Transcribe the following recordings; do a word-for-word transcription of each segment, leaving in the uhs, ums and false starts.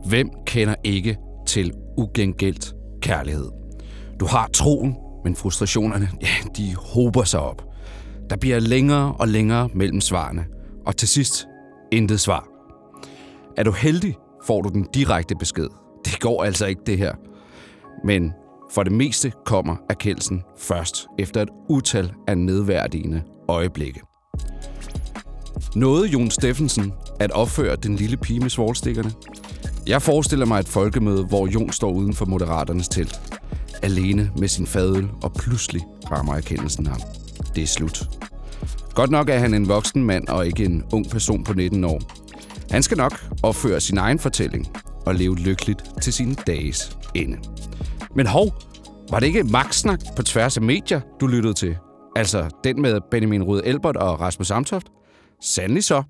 Hvem kender ikke til ugengældt kærlighed? Du har troen, men frustrationerne, ja, de hober sig op. Der bliver længere og længere mellem svarene, og til sidst intet svar. Er du heldig, får du den direkte besked. Det går altså ikke det her. Men for det meste kommer erkendelsen først efter et utal af nedværdigende øjeblikke. Nåede Jon Steffensen at opføre den lille pige med svovlstikkerne? Jeg forestiller mig et folkemøde, hvor Jon står uden for Moderaternes telt. Alene med sin fadøl, og pludselig rammer erkendelsen ham. Det er slut. Godt nok er han en voksen mand og ikke en ung person på nitten år. Han skal nok opføre sin egen fortælling og leve lykkeligt til sine dages ende. Men hov, var det ikke magtsnak på tværs af medier, du lyttede til? Altså den med Benjamin Røde Elbert og Rasmus Amtoft? Sandelig så.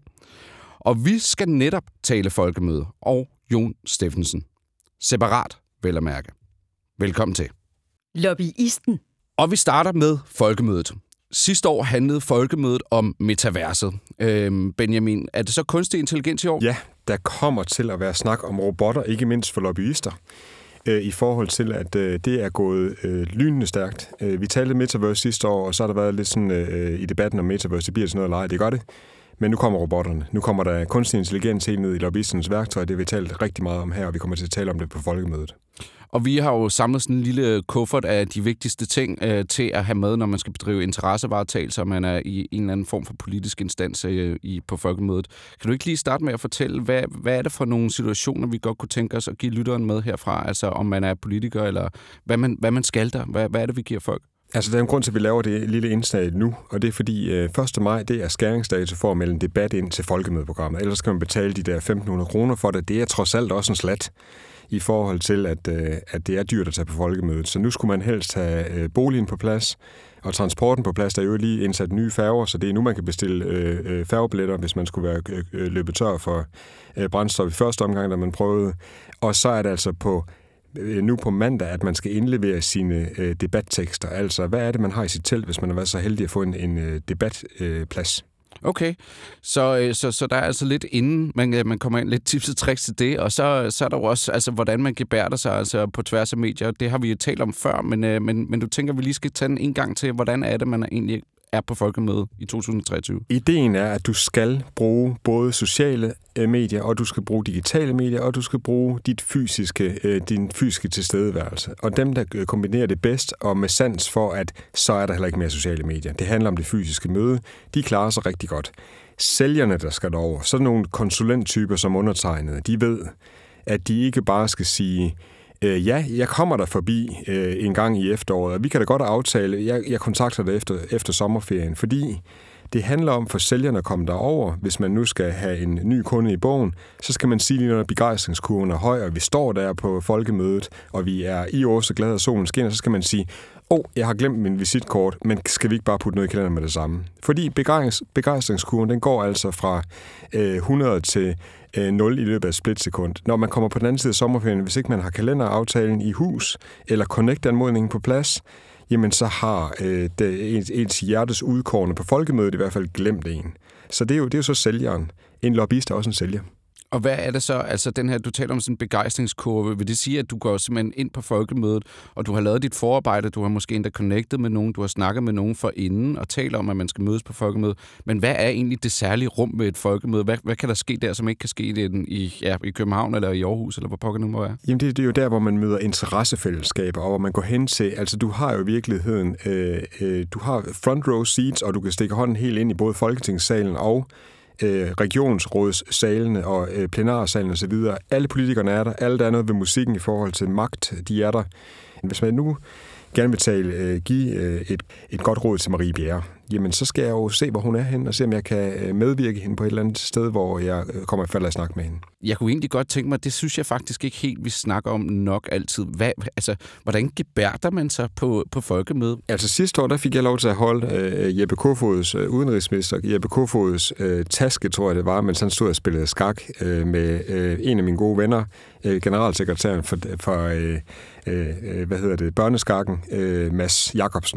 Og vi skal netop tale folkemøde og Jon Steffensen. Separat, vel at mærke. Velkommen til. Lobbyisten. Og vi starter med folkemødet. Sidste år handlede folkemødet om metaverset. Øhm, Benjamin, er det så kunstig intelligens i år? Ja, der kommer til at være snak om robotter, ikke mindst for lobbyister, øh, i forhold til, at øh, det er gået øh, lynende stærkt. Øh, vi talte metaverse sidste år, og så har der været lidt sådan øh, i debatten om metaverse, det bliver sådan noget leje, det gør det. Men nu kommer robotterne. Nu kommer der kunstig intelligens helt ned i lobbyisternes værktøj. Det har vi talt rigtig meget om her, og vi kommer til at tale om det på folkemødet. Og vi har jo samlet sådan en lille kuffert af de vigtigste ting øh, til at have med, når man skal bedrive interessevaretagelse, og man er i en eller anden form for politisk instans øh, i, på folkemødet. Kan du ikke lige starte med at fortælle, hvad, hvad er det for nogle situationer, vi godt kunne tænke os at give lytteren med herfra? Altså om man er politiker, eller hvad man, hvad man skal der? Hvad, hvad er det, vi giver folk? Altså, der er en grund til, at vi laver det lille indslag nu, og det er fordi øh, første maj, det er skæringsdato for at melde en debat ind til folkemødeprogrammet. Ellers skal man betale de der femten hundrede kroner for det. Det er trods alt også en slat i forhold til, at, øh, at det er dyrt at tage på folkemødet. Så nu skulle man helst have øh, boligen på plads og transporten på plads. Der er jo lige indsat nye færger, så det er nu, man kan bestille øh, færgebilletter, hvis man skulle være øh, løbet tør for øh, brændstof i første omgang, da man prøvede. Og så er det altså på nu på mandag, at man skal indlevere sine øh, debattekster. Altså, hvad er det, man har i sit telt, hvis man har været så heldig at få en, en øh, debatplads? Øh, okay, så, så, så der er altså lidt inden man, man kommer ind, lidt tips og tricks til det, og så, så er der jo også, altså, hvordan man gebærder sig altså, på tværs af medier. Det har vi jo talt om før, men, øh, men, men du tænker, vi lige skal tage den en gang til, hvordan er det, man egentlig er på folkemødet i to tusind og treogtyve? Ideen er, at du skal bruge både sociale medier, og du skal bruge digitale medier, og du skal bruge dit fysiske, din fysiske tilstedeværelse. Og dem, der kombinerer det bedst, og med sans for, at så er der heller ikke mere sociale medier. Det handler om det fysiske møde. De klarer sig rigtig godt. Sælgerne, der skal derover, sådan nogle konsulenttyper som undertegnede, de ved, at de ikke bare skal sige, Øh, ja, jeg kommer der forbi øh, en gang i efteråret, og vi kan da godt aftale, jeg, jeg kontakter dig efter, efter sommerferien, fordi det handler om for sælgerne at komme derover. Hvis man nu skal have en ny kunde i bogen, så skal man sige lige, når begejstringskurven er høj, og vi står der på folkemødet, og vi er i Åse glade, og solen skinner, så skal man sige, åh, oh, jeg har glemt min visitkort, men skal vi ikke bare putte noget i kalenderen med det samme? Fordi begejstringskurven, den går altså fra øh, hundrede til nul i løbet af et splitsekund. Når man kommer på den anden side af sommerferien, hvis ikke man har kalenderaftalen i hus, eller connect-anmodningen på plads, jamen så har øh, det, ens, ens hjertes udkårne på folkemødet i hvert fald glemt en. Så det er jo, det er jo så sælgeren. En lobbyist er også en sælger. Og hvad er det så, altså den her, du taler om sådan en begejstringskurve, vil det sige, at du går simpelthen ind på folkemødet, og du har lavet dit forarbejde, du har måske endda connectet med nogen, du har snakket med nogen forinden, og taler om, at man skal mødes på folkemødet, men hvad er egentlig det særlige rum ved et folkemøde? Hvad, hvad kan der ske der, som ikke kan ske i, i, ja, i København eller i Aarhus, eller hvor pokker nu må være? Jamen det, det er jo der, hvor man møder interessefællesskaber, og hvor man går hen til, altså du har jo i virkeligheden, øh, øh, du har front row seats, og du kan stikke hånden helt ind i både Folketingssalen og regionsrådssalene og øh, plenarsalene osv. Alle politikerne er der. Alle, der er noget ved musikken i forhold til magt, de er der. Hvis man nu gerne vil tale, øh, give øh, et, et godt råd til Marie Bjerre, jamen så skal jeg jo se, hvor hun er henne, og se, om jeg kan medvirke hende på et eller andet sted, hvor jeg kommer i falder at snakke med hende. Jeg kunne egentlig godt tænke mig, det synes jeg faktisk ikke helt, vi snakker om nok altid. Hvad, altså, hvordan gebærder man sig på, på folkemødet? Altså sidste år, der fik jeg lov til at holde øh, Jeppe Kofods, øh, udenrigsminister, Jeppe Kofods øh, taske, tror jeg det var, mens han stod og spillede skak øh, med øh, en af mine gode venner, øh, generalsekretæren for, for øh, øh, hvad hedder det, børneskakken, øh, Mads Jacobsen.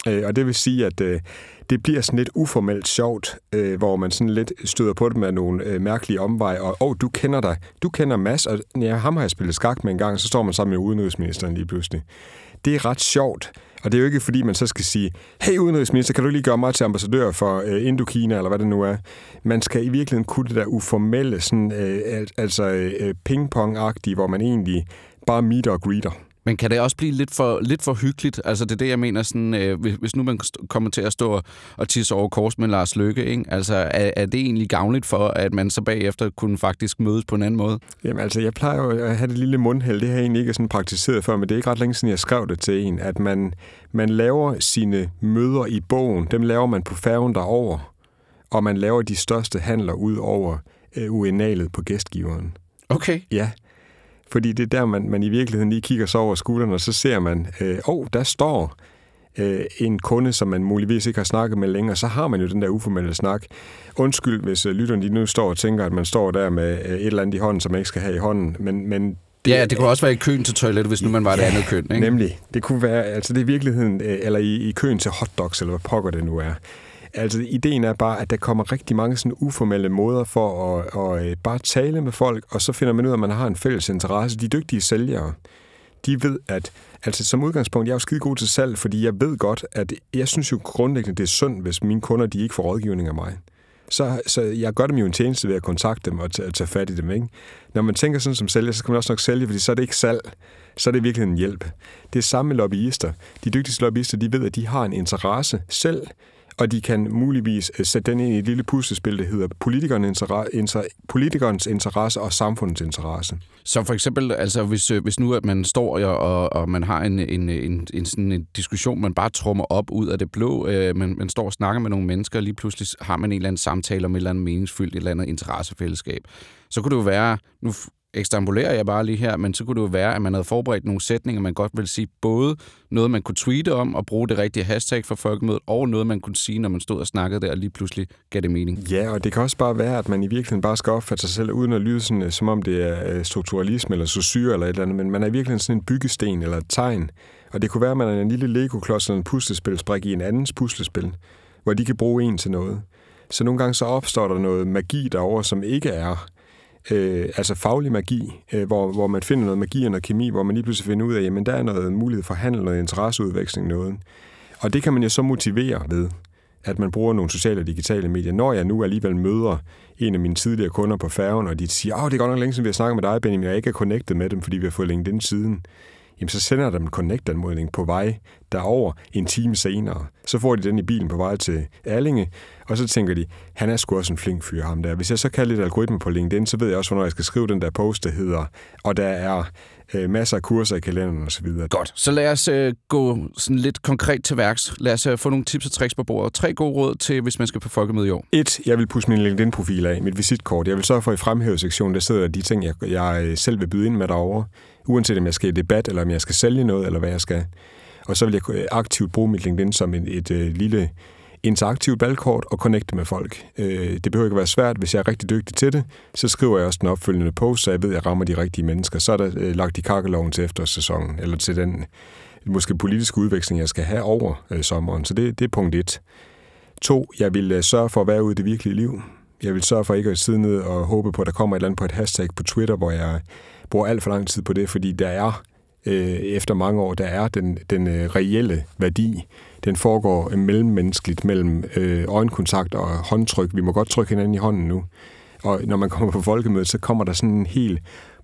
Øh, og det vil sige, at øh, det bliver sådan lidt uformelt sjovt, øh, hvor man sådan lidt støder på det med nogle øh, mærkelige omveje, og oh, du kender dig, du kender Mads, og ja, ham har jeg spillet skak med en gang, så står man sammen med udenrigsministeren lige pludselig. Det er ret sjovt, og det er jo ikke fordi, man så skal sige, hey udenrigsminister, kan du lige gøre mig til ambassadør for øh, Indokina, eller hvad det nu er. Man skal i virkeligheden kunne det der uformelle, sådan, øh, altså øh, ping-pong-agtige, hvor man egentlig bare meter og greeter. Men kan det også blive lidt for, lidt for hyggeligt? Altså det er det, jeg mener, sådan, øh, hvis, hvis nu man kommer til at stå og tisse over kors med Lars Løkke, ikke? Altså er, er det egentlig gavnligt for, at man så bagefter kunne faktisk mødes på en anden måde? Jamen altså, jeg plejer jo at have det lille mundheld. Det har jeg egentlig ikke sådan praktiseret før, men det er ikke ret længe siden, jeg skrev det til en, at man, man laver sine møder i bogen, dem laver man på færgen derover, og man laver de største handler ud over øh, uenalet på gæstgiveren. Okay. Ja. Fordi det er der, man, man i virkeligheden lige kigger så over skulderen, og så ser man, åh, øh, oh, der står øh, en kunde, som man muligvis ikke har snakket med længere, så har man jo den der uformelle snak. Undskyld, hvis øh, lytterne de nu står og tænker, at man står der med øh, et eller andet i hånden, som man ikke skal have i hånden, men... men det, ja, det kunne også være i køen til toilettet, hvis nu man var ja, det andet køn, ikke? Nemlig. Det kunne være, altså det er i virkeligheden, øh, eller i, i køen til hotdogs, eller hvad pokker det nu er. Altså, ideen er bare, at der kommer rigtig mange sådan uformelle måder for at, at, at bare tale med folk, og så finder man ud af, at man har en fælles interesse. De dygtige sælgere, de ved, at altså som udgangspunkt, jeg er jo skide god til salg, fordi jeg ved godt, at jeg synes jo grundlæggende, det er synd, hvis mine kunder, de ikke får rådgivning af mig. Så, så jeg gør dem jo en tjeneste ved at kontakte dem og tage, tage fat i dem, ikke? Når man tænker sådan som sælger, så skal man også nok sælge, fordi så er det ikke salg, så er det virkelig en hjælp. Det er samme med lobbyister. De dygtigste lobbyister, de ved, at de har en interesse selv, og de kan muligvis sætte den ind i et lille puslespil, der hedder politikernes interesse, politikernes interesse og samfundets interesse. Så for eksempel, altså hvis, hvis nu at man står og, og man har en, en, en, en, sådan en diskussion, man bare trummer op ud af det blå, øh, man, man står og snakker med nogle mennesker, og lige pludselig har man en eller anden samtale om et eller andet meningsfyldt, et eller andet interessefællesskab. Så kunne det jo være, nu ekstrapolerer jeg bare lige her, men så kunne det jo være, at man havde forberedt nogle sætninger, man godt vil sige, både noget, man kunne tweete om og bruge det rigtige hashtag for folkemødet, og noget, man kunne sige, når man stod og snakkede der, og lige pludselig gav det mening. Ja, og det kan også bare være, at man i virkeligheden bare skal opfatte sig selv, uden at lyde sådan, som om det er strukturalisme eller sociyre eller et eller andet, men man er i virkeligheden sådan en byggesten eller et tegn. Og det kunne være, at man er en lille Lego-klods eller en puslespilsbrik i en andens puslespil, hvor de kan bruge en til noget. Så nogle gange så opstår der noget magi derovre, som ikke er Øh, altså faglig magi, øh, hvor, hvor man finder noget magi og noget kemi, hvor man lige pludselig finder ud af, jamen der er noget mulighed for handel, noget interesseudveksling, noget. Og det kan man jo så motivere ved, at man bruger nogle sociale og digitale medier. Når jeg nu alligevel møder en af mine tidligere kunder på færgen, og de siger, åh, det er godt nok længe siden, vi har snakket med dig, Benjamin, jeg ikke er connectet med dem, fordi vi har fået LinkedIn-siden. Jamen, så sender jeg dem en connect-anmodning på vej derover en time senere. Så får de den i bilen på vej til Allinge, og så tænker de, han er sgu også en flink fyr, ham der. Hvis jeg så kan lidt algoritme på LinkedIn, så ved jeg også, hvornår jeg skal skrive den der post, der hedder, og der er øh, masser af kurser i kalenderen og så videre. Godt, så lad os øh, gå sådan lidt konkret til værks. Lad os øh, få nogle tips og tricks på bordet. Tre gode råd til, hvis man skal på folkemøde i år. Et, jeg vil pusse min LinkedIn-profil af, mit visitkort. Jeg vil sørge for, i fremhævesektionen, der sidder de ting, jeg, jeg selv vil byde ind med derovre. Uanset om jeg skal i debat, eller om jeg skal sælge noget, eller hvad jeg skal. Og så vil jeg aktivt bruge mit LinkedIn som et, et, et lille interaktivt valgkort og connecte med folk. Det behøver ikke være svært. Hvis jeg er rigtig dygtig til det, så skriver jeg også den opfølgende post, så jeg ved, at jeg rammer de rigtige mennesker. Så er der lagt i kakkeloven til efterårssæsonen, eller til den måske politiske udveksling, jeg skal have over øh, sommeren. Så det, det er punkt et. To, jeg vil øh, sørge for at være ude i det virkelige liv. Jeg vil sørge for ikke at sidde ned og håbe på, at der kommer et eller andet på et hashtag på Twitter, hvor jeg bruger alt for lang tid på det, fordi der er, øh, efter mange år, der er den, den øh, reelle værdi. Den foregår øh, mellemmenneskeligt, mellem øh, øjenkontakt og håndtryk. Vi må godt trykke hinanden i hånden nu. Og når man kommer på folkemødet, så kommer der sådan en helt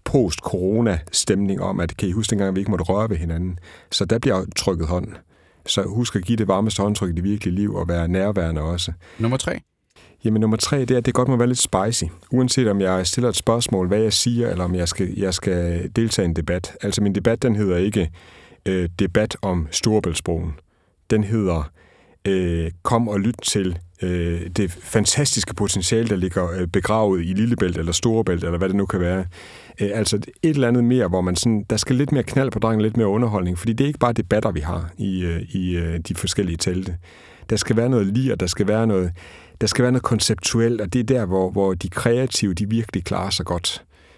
post-corona-stemning om, at kan I huske dengang, at vi ikke måtte røre ved hinanden. Så der bliver trykket hånd. Så husk at give det varmeste håndtryk i det virkelige liv og være nærværende også. Nummer tre? Jamen nummer tre, det er, at det godt må være lidt spicy. Uanset om jeg stiller et spørgsmål, hvad jeg siger, eller om jeg skal, jeg skal deltage i en debat. Altså min debat, den hedder ikke øh, debat om Storebæltsbroen. Den hedder øh, kom og lyt til øh, det fantastiske potentiale, der ligger øh, begravet i Lillebælt eller Storebælt, eller hvad det nu kan være. Øh, altså et eller andet mere, hvor man sådan, der skal lidt mere knald på drengen, lidt mere underholdning, fordi det er ikke bare debatter, vi har i, øh, i øh, de forskellige telte. Der skal være noget lir, der skal være noget, der skal være noget konceptuelt, og det er der, hvor, hvor de kreative, de virkelig klarer sig godt.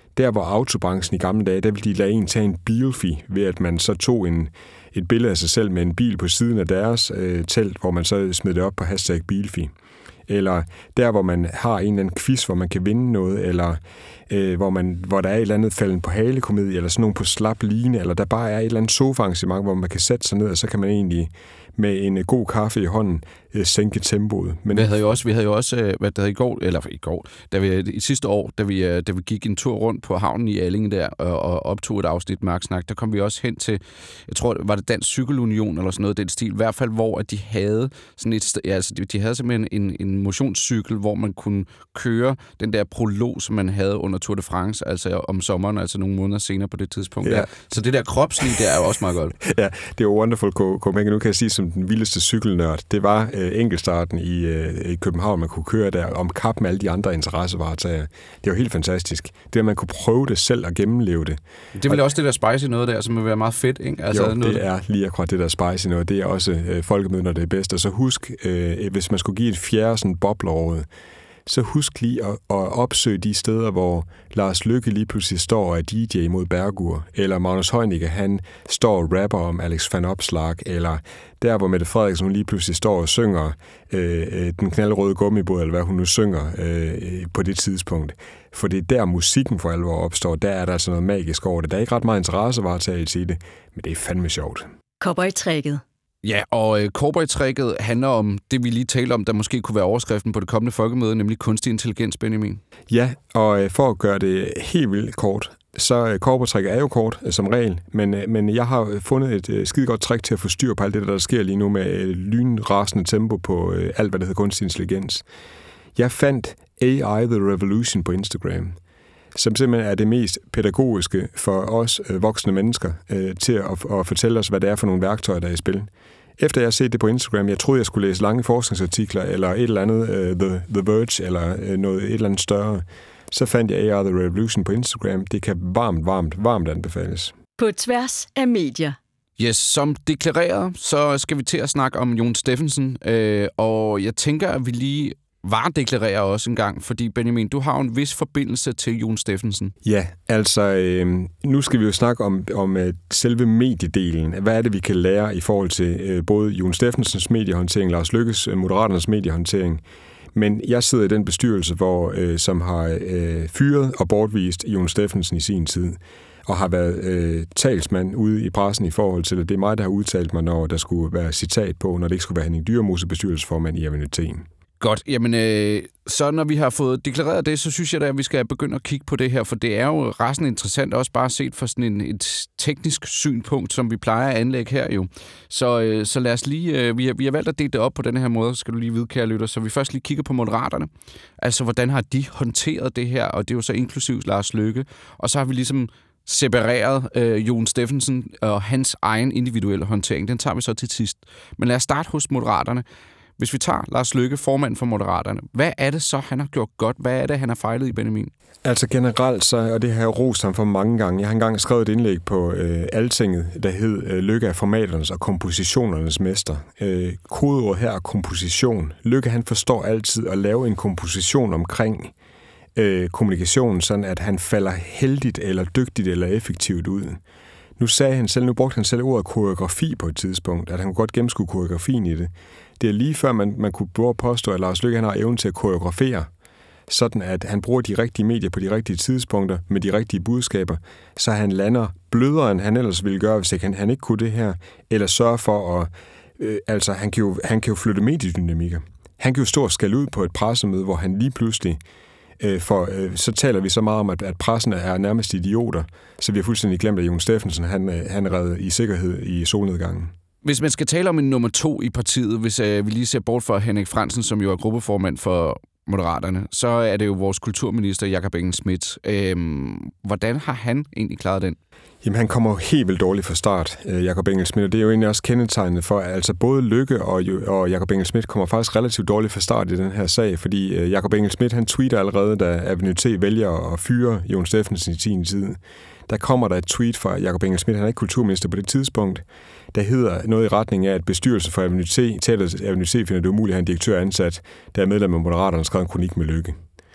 Der, hvor autobranchen i gamle dage, der ville de lade en tage en bilfee, ved at man så tog en, et billede af sig selv med en bil på siden af deres øh, telt, hvor man så smed det op på hashtag bilfee. Eller der, hvor man har en eller anden quiz, hvor man kan vinde noget, eller øh, hvor, man, hvor der er et eller andet falden på halekomedie, eller sådan nogen på slap line, eller der bare er et eller andet sofa-arrangement, hvor man kan sætte sig ned, og så kan man egentlig med en god kaffe i hånden øh, sænke tempoet. Men vi havde jo også, vi havde jo også øh, hvad der i går, eller i går, da vi i sidste år, da vi, øh, da vi gik en tur rundt på havnen i Allinge der, og, og optog et afsnit Marksnak, der kom vi også hen til, jeg tror, var det Dansk Cykelunion, eller sådan noget den stil, i hvert fald, hvor at de havde sådan et, ja, altså, de, de havde simpelthen en, en motionscykel, hvor man kunne køre den der prolog, som man havde under Tour de France, altså om sommeren, altså nogle måneder senere på det tidspunkt. Ja. Der. Så det der kropslige, det er jo også meget godt. Ja, det er jo wonderful, Copenhagen. Nu kan jeg sige, som den vildeste cykelnørd, det var øh, enkeltstarten i, øh, i København, man kunne køre der om kap med alle de andre interessevaretager. Det var helt fantastisk. Det at man kunne prøve det selv og gennemleve det. Det er vel også det der spicy noget der, som vil være meget fedt, ikke? Altså, jo, noget... det er lige akkurat det der spicy noget. Det er også øh, folkemøde, når det er bedst. Og så husk, øh, hvis man skulle give et fjerde sådan bobleråd, så husk lige at, at opsøge de steder, hvor Lars Løkke lige pludselig står og er D J mod Bergur, eller Magnus Heunicke, han står og rapper om Alex van Opslark, eller der, hvor Mette Frederiksen hun lige pludselig står og synger øh, den knaldrøde gummibåd, eller hvad hun nu synger øh, på det tidspunkt. For det er der, musikken for alvor opstår. Der er der altså noget magisk over det. Der er ikke ret meget interessevaretagelse i det, men det er fandme sjovt. Cowboy-tricket. Ja, og øh, cowboy-tricket handler om det, vi lige talte om, der måske kunne være overskriften på det kommende folkemøde, nemlig kunstig intelligens, Benjamin. Ja, og øh, for at gøre det helt vildt kort, så øh, cowboy-tricket er jo kort øh, som regel, men, øh, men jeg har fundet et øh, skide godt trick til at få styr på alt det, der sker lige nu med øh, lynrasende tempo på øh, alt, hvad der hedder kunstig intelligens. Jeg fandt A I The Revolution på Instagram, som simpelthen er det mest pædagogiske for os øh, voksne mennesker øh, til at, at fortælle os, hvad det er for nogle værktøjer, der er i spil. Efter jeg har set det på Instagram, jeg troede, jeg skulle læse lange forskningsartikler, eller et eller andet uh, The, The Verge, eller uh, noget, et eller andet større, så fandt jeg A I The Revolution på Instagram. Det kan varmt, varmt, varmt anbefales. På tværs af medier. Yes, som deklareret, så skal vi til at snakke om Jon Steffensen, øh, og jeg tænker, at vi lige varedeklarerer også en gang, fordi Benjamin, du har en vis forbindelse til Jon Steffensen. Ja, altså øh, nu skal vi jo snakke om, om uh, selve mediedelen. Hvad er det, vi kan lære i forhold til uh, både Jon Steffensens mediehåndtering, Lars Løkkes, uh, Moderaternes mediehåndtering. Men jeg sidder i den bestyrelse, hvor, uh, som har uh, fyret og bortvist Jon Steffensen i sin tid, og har været øh, talsmand ude i pressen i forhold til, at det er mig, der har udtalt mig, når der skulle være citat på, når det ikke skulle være Henning Dyremose, bestyrelsesformand i Avenue T. Godt, jamen øh, så når vi har fået deklareret det, så synes jeg da, at vi skal begynde at kigge på det her, for det er jo resten interessant, også bare set fra sådan en, et teknisk synspunkt, som vi plejer at anlægge her jo. Så, øh, så lad os lige, øh, vi, har, vi har valgt at dele det op på den her måde, skal du lige vide, kære lytter, så vi først lige kigger på Moderaterne. Altså, hvordan har de håndteret det her, og det er jo så inklusivt Lars Løkke, og så har vi ligesom separeret øh, Jon Steffensen og hans egen individuelle håndtering. Den tager vi så til sidst. Men lad os starte hos Moderaterne. Hvis vi tager Lars Løkke, formand for Moderaterne, hvad er det så, han har gjort godt? Hvad er det, han har fejlet i, Benjamin? Altså generelt, så, og det har jeg rost ham for mange gange. Jeg har engang skrevet et indlæg på øh, Altinget, der hed øh, Løkke er formaternes og kompositionernes mester. Øh, kodeordet her er komposition. Løkke, han forstår altid at lave en komposition omkring øh, kommunikationen, sådan at han falder heldigt eller dygtigt eller effektivt ud. Nu sagde han selv, nu brugte han selv ordet koreografi på et tidspunkt, at han kunne godt gennemskue koreografien i det. Det er lige før, man, man kunne både påstå, at Lars Løkke han har evnen til at koreografere, sådan at han bruger de rigtige medier på de rigtige tidspunkter med de rigtige budskaber, så han lander blødere, end han ellers ville gøre, hvis ikke han, han ikke kunne det her, eller sørge for at... Øh, altså, han kan, jo, han kan jo flytte mediedynamikker. Han kan jo stå og skælde ud på et pressemøde, hvor han lige pludselig... Øh, for øh, så taler vi så meget om, at, at pressen er nærmest idioter, så vi har fuldstændig glemt, at Jon Steffensen han, øh, han redde i sikkerhed i solnedgangen. Hvis man skal tale om en nummer to i partiet, hvis øh, vi lige ser bort fra Henrik Frandsen, som jo er gruppeformand for Moderaterne, så er det jo vores kulturminister, Jakob Engel-Schmidt. Øhm, hvordan har han egentlig klaret den? Jamen, han kommer jo helt vildt dårligt fra start, Jakob Engel-Schmidt, og det er jo egentlig også kendetegnet for, at altså både Løkke og, og Jakob Engel-Schmidt kommer faktisk relativt dårligt fra start i den her sag, fordi Jakob Engel-Schmidt, han tweeter allerede, da Avenue T vælger at fyre Jon Steffensen i sin tid. Der kommer der et tweet fra Jakob Engel-Schmidt, han er ikke kulturminister på det tidspunkt, der hedder noget i retning af, at bestyrelsen for Avenue T, teateret Avenue T finder det umuligt at have en direktør ansat, der er medlem af Moderaterne, skrev en kronik med Løkke.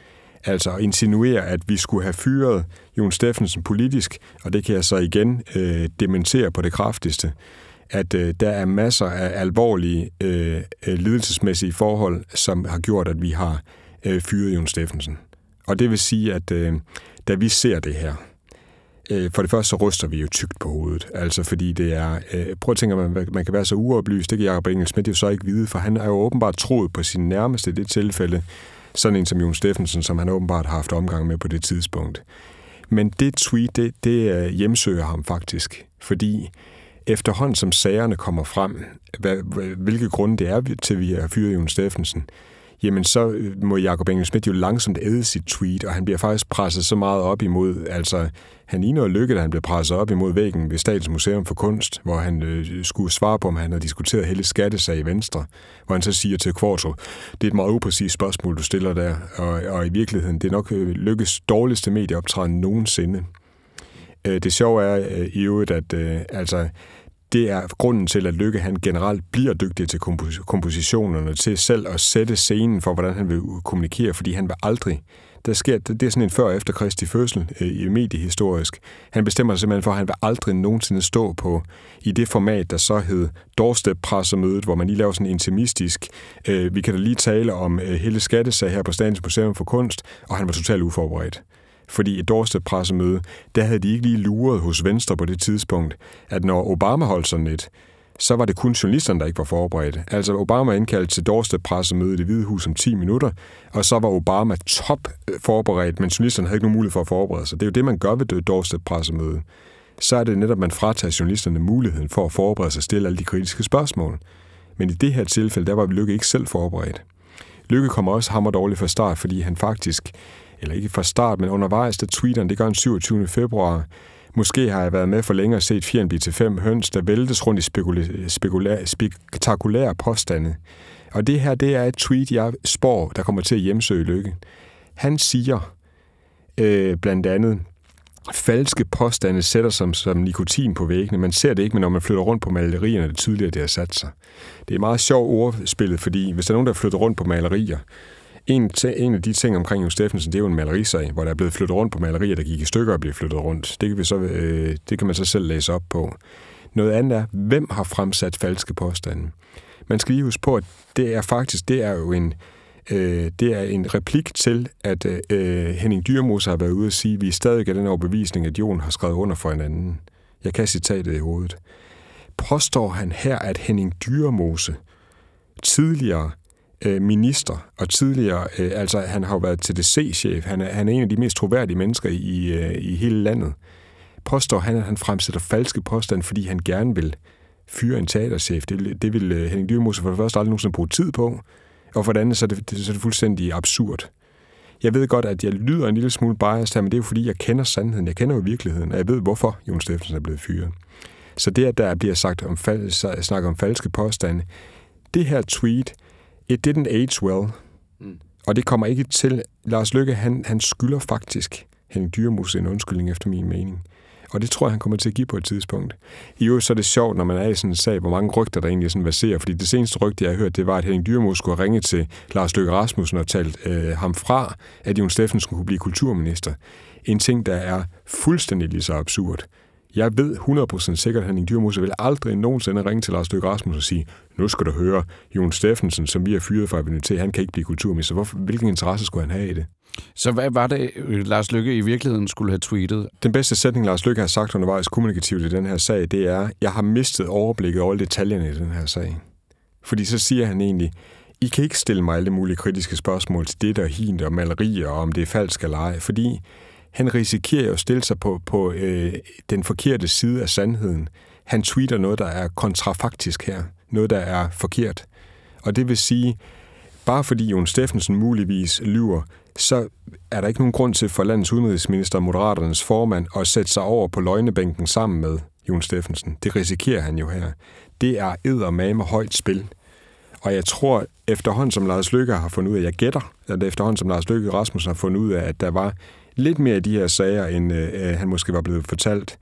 Altså at insinuere, at vi skulle have fyret Jon Steffensen politisk, og det kan jeg så igen øh, dementere på det kraftigste, at øh, der er masser af alvorlige øh, lidelsesmæssige forhold, som har gjort, at vi har øh, fyret Jon Steffensen. Og det vil sige, at øh, da vi ser det her, øh, for det første så ryster vi jo tykt på hovedet, altså fordi det er, øh, prøv at tænke, at man, man kan være så uoplyst, det kan Jakob Engel-Schmidt jo så ikke vide, for han er jo åbenbart troet på sin nærmeste i det tilfælde, sådan en som Jon Steffensen, som han åbenbart har haft omgang med på det tidspunkt. Men det tweet, det, det hjemsøger ham faktisk, fordi efterhånden som sagerne kommer frem, hvad, hvilke grunde det er til, at vi har fyret Jon Steffensen, jamen så må Jakob Engel-Schmidt jo langsomt æde sit tweet, og han bliver faktisk presset så meget op imod, altså han ligner jo Lykke, da han blev presset op imod væggen ved Statens Museum for Kunst, hvor han øh, skulle svare på, om han havde diskuteret hele skattesag i Venstre, hvor han så siger til Kvartrup, det er et meget upræcist spørgsmål, du stiller der, og, og i virkeligheden, det er nok Lykkes dårligste medieoptræden nogensinde. Øh, det sjove er øh, i øvrigt, at øh, altså det er grunden til, at Lykke han generelt bliver dygtig til kompos- kompositionerne, til selv at sætte scenen for, hvordan han vil kommunikere, fordi han vil aldrig... Der sker, det er sådan en før- og efter Kristi fødsel øh, i mediehistorisk. Han bestemmer sig simpelthen for, at han vil aldrig nogensinde stå på i det format, der så hed doorstep-pressemødet, hvor man lige laver sådan en intimistisk... Øh, vi kan da lige tale om øh, hele skattesag her på Statens Museum for Kunst, og han var totalt uforberedt. Fordi et doorstep-pressemøde, der havde de ikke lige luret hos Venstre på det tidspunkt, at når Obama holdt sådan et, så var det kun journalisterne, der ikke var forberedt. Altså Obama indkaldt til doorstep-pressemøde i Det Hvide Hus om ti minutter, og så var Obama top forberedt, men journalisterne havde ikke nogen mulighed for at forberede sig. Det er jo det, man gør ved det doorstep-pressemøde. Så er det netop, at man fratager journalisterne muligheden for at forberede sig og stille alle de kritiske spørgsmål. Men i det her tilfælde, der var Lykke ikke selv forberedt. Lykke kommer også hammer dårligt fra start, fordi han faktisk... eller ikke fra start, men undervejs, der tweeteren, det gør den syvogtyvende februar. Måske har jeg været med for længe og set fjern blive til fem høns, der væltes rundt i spekula- spekula- spektakulære påstande. Og det her, det er et tweet, jeg spår, der kommer til at hjemsøge Lykke. Han siger øh, blandt andet, falske påstande sætter som, som nikotin på væggene. Man ser det ikke, men når man flytter rundt på malerierne, er det tydeligt, at det har sat sig. Det er meget sjovt ordspillet, fordi hvis der er nogen, der flytter rundt på malerier, En, en af de ting omkring Jon Steffensen, det er jo en malerisag, hvor der er blevet flyttet rundt på malerier, der gik i stykker og blev flyttet rundt. Det kan, vi så, øh, det kan man så selv læse op på. Noget andet er, hvem har fremsat falske påstande? Man skal lige huske på, at det er faktisk det er jo en, øh, det er en replik til, at øh, Henning Dyremose har været ude at sige, at vi er stadig af den overbevisning, at Jon har skrevet under for hinanden. Jeg kan citatet i hovedet. Påstår han her, at Henning Dyremose tidligere minister, og tidligere, øh, altså han har jo været T D C-chef, han er, han er en af de mest troværdige mennesker i, øh, i hele landet, påstår han, at han fremsætter falske påstande, fordi han gerne vil fyre en teaterchef. Det, det vil øh, Henning Dyremose for det første aldrig nogensinde bruge tid på, og for det andet, så er det, så er det fuldstændig absurd. Jeg ved godt, at jeg lyder en lille smule biased her, men det er jo fordi, jeg kender sandheden, jeg kender jo virkeligheden, og jeg ved, hvorfor Jon Steffensen er blevet fyret. Så det, at der bliver sagt om, snakket om falske påstande, det her tweet, it didn't age well. Mm. Og det kommer ikke til... Lars Løkke, han, han skylder faktisk Henning Dyremose en undskyldning efter min mening. Og det tror jeg, han kommer til at give på et tidspunkt. I øvrigt så er det sjovt, når man er i sådan en sag, hvor mange rygter der egentlig sådan verserer. Fordi det seneste rygte, jeg har hørt, det var, at Henning Dyremose skulle ringe til Lars Løkke Rasmussen og talt øh, ham fra, at Jon Steffensen kunne blive kulturminister. En ting, der er fuldstændig lige så absurd. Jeg ved hundrede procent sikkert, at Henning Dyremose vil aldrig nogensinde ringe til Lars Løkke Rasmussen og sige, nu skal du høre, Jon Steffensen, som vi har fyret fra Avenue, han kan ikke blive kulturminister. Hvorfor, hvilken interesse skulle han have i det? Så hvad var det, Lars Løkke i virkeligheden skulle have tweetet? Den bedste sætning, Lars Løkke har sagt undervejs kommunikativt i den her sag, det er, jeg har mistet overblikket over alle detaljerne i den her sag. Fordi så siger han egentlig, I kan ikke stille mig alle mulige kritiske spørgsmål til det der hint og malerier, og om det er falsk eller ej, fordi han risikerer at stille sig på, på øh, den forkerte side af sandheden. Han tweeter noget, der er kontrafaktisk her. Noget, der er forkert. Og det vil sige, bare fordi Jon Steffensen muligvis lyver, så er der ikke nogen grund til for landets udenrigsminister og Moderaternes formand at sætte sig over på løgnebænken sammen med Jon Steffensen. Det risikerer han jo her. Det er eddermame højt spil. Og jeg tror, efterhånden som Lars Løkke har fundet ud af, jeg gætter, at efterhånden som Lars Løkke Rasmussen har fundet ud af, at der var lidt mere af de her sager, end øh, han måske var blevet fortalt,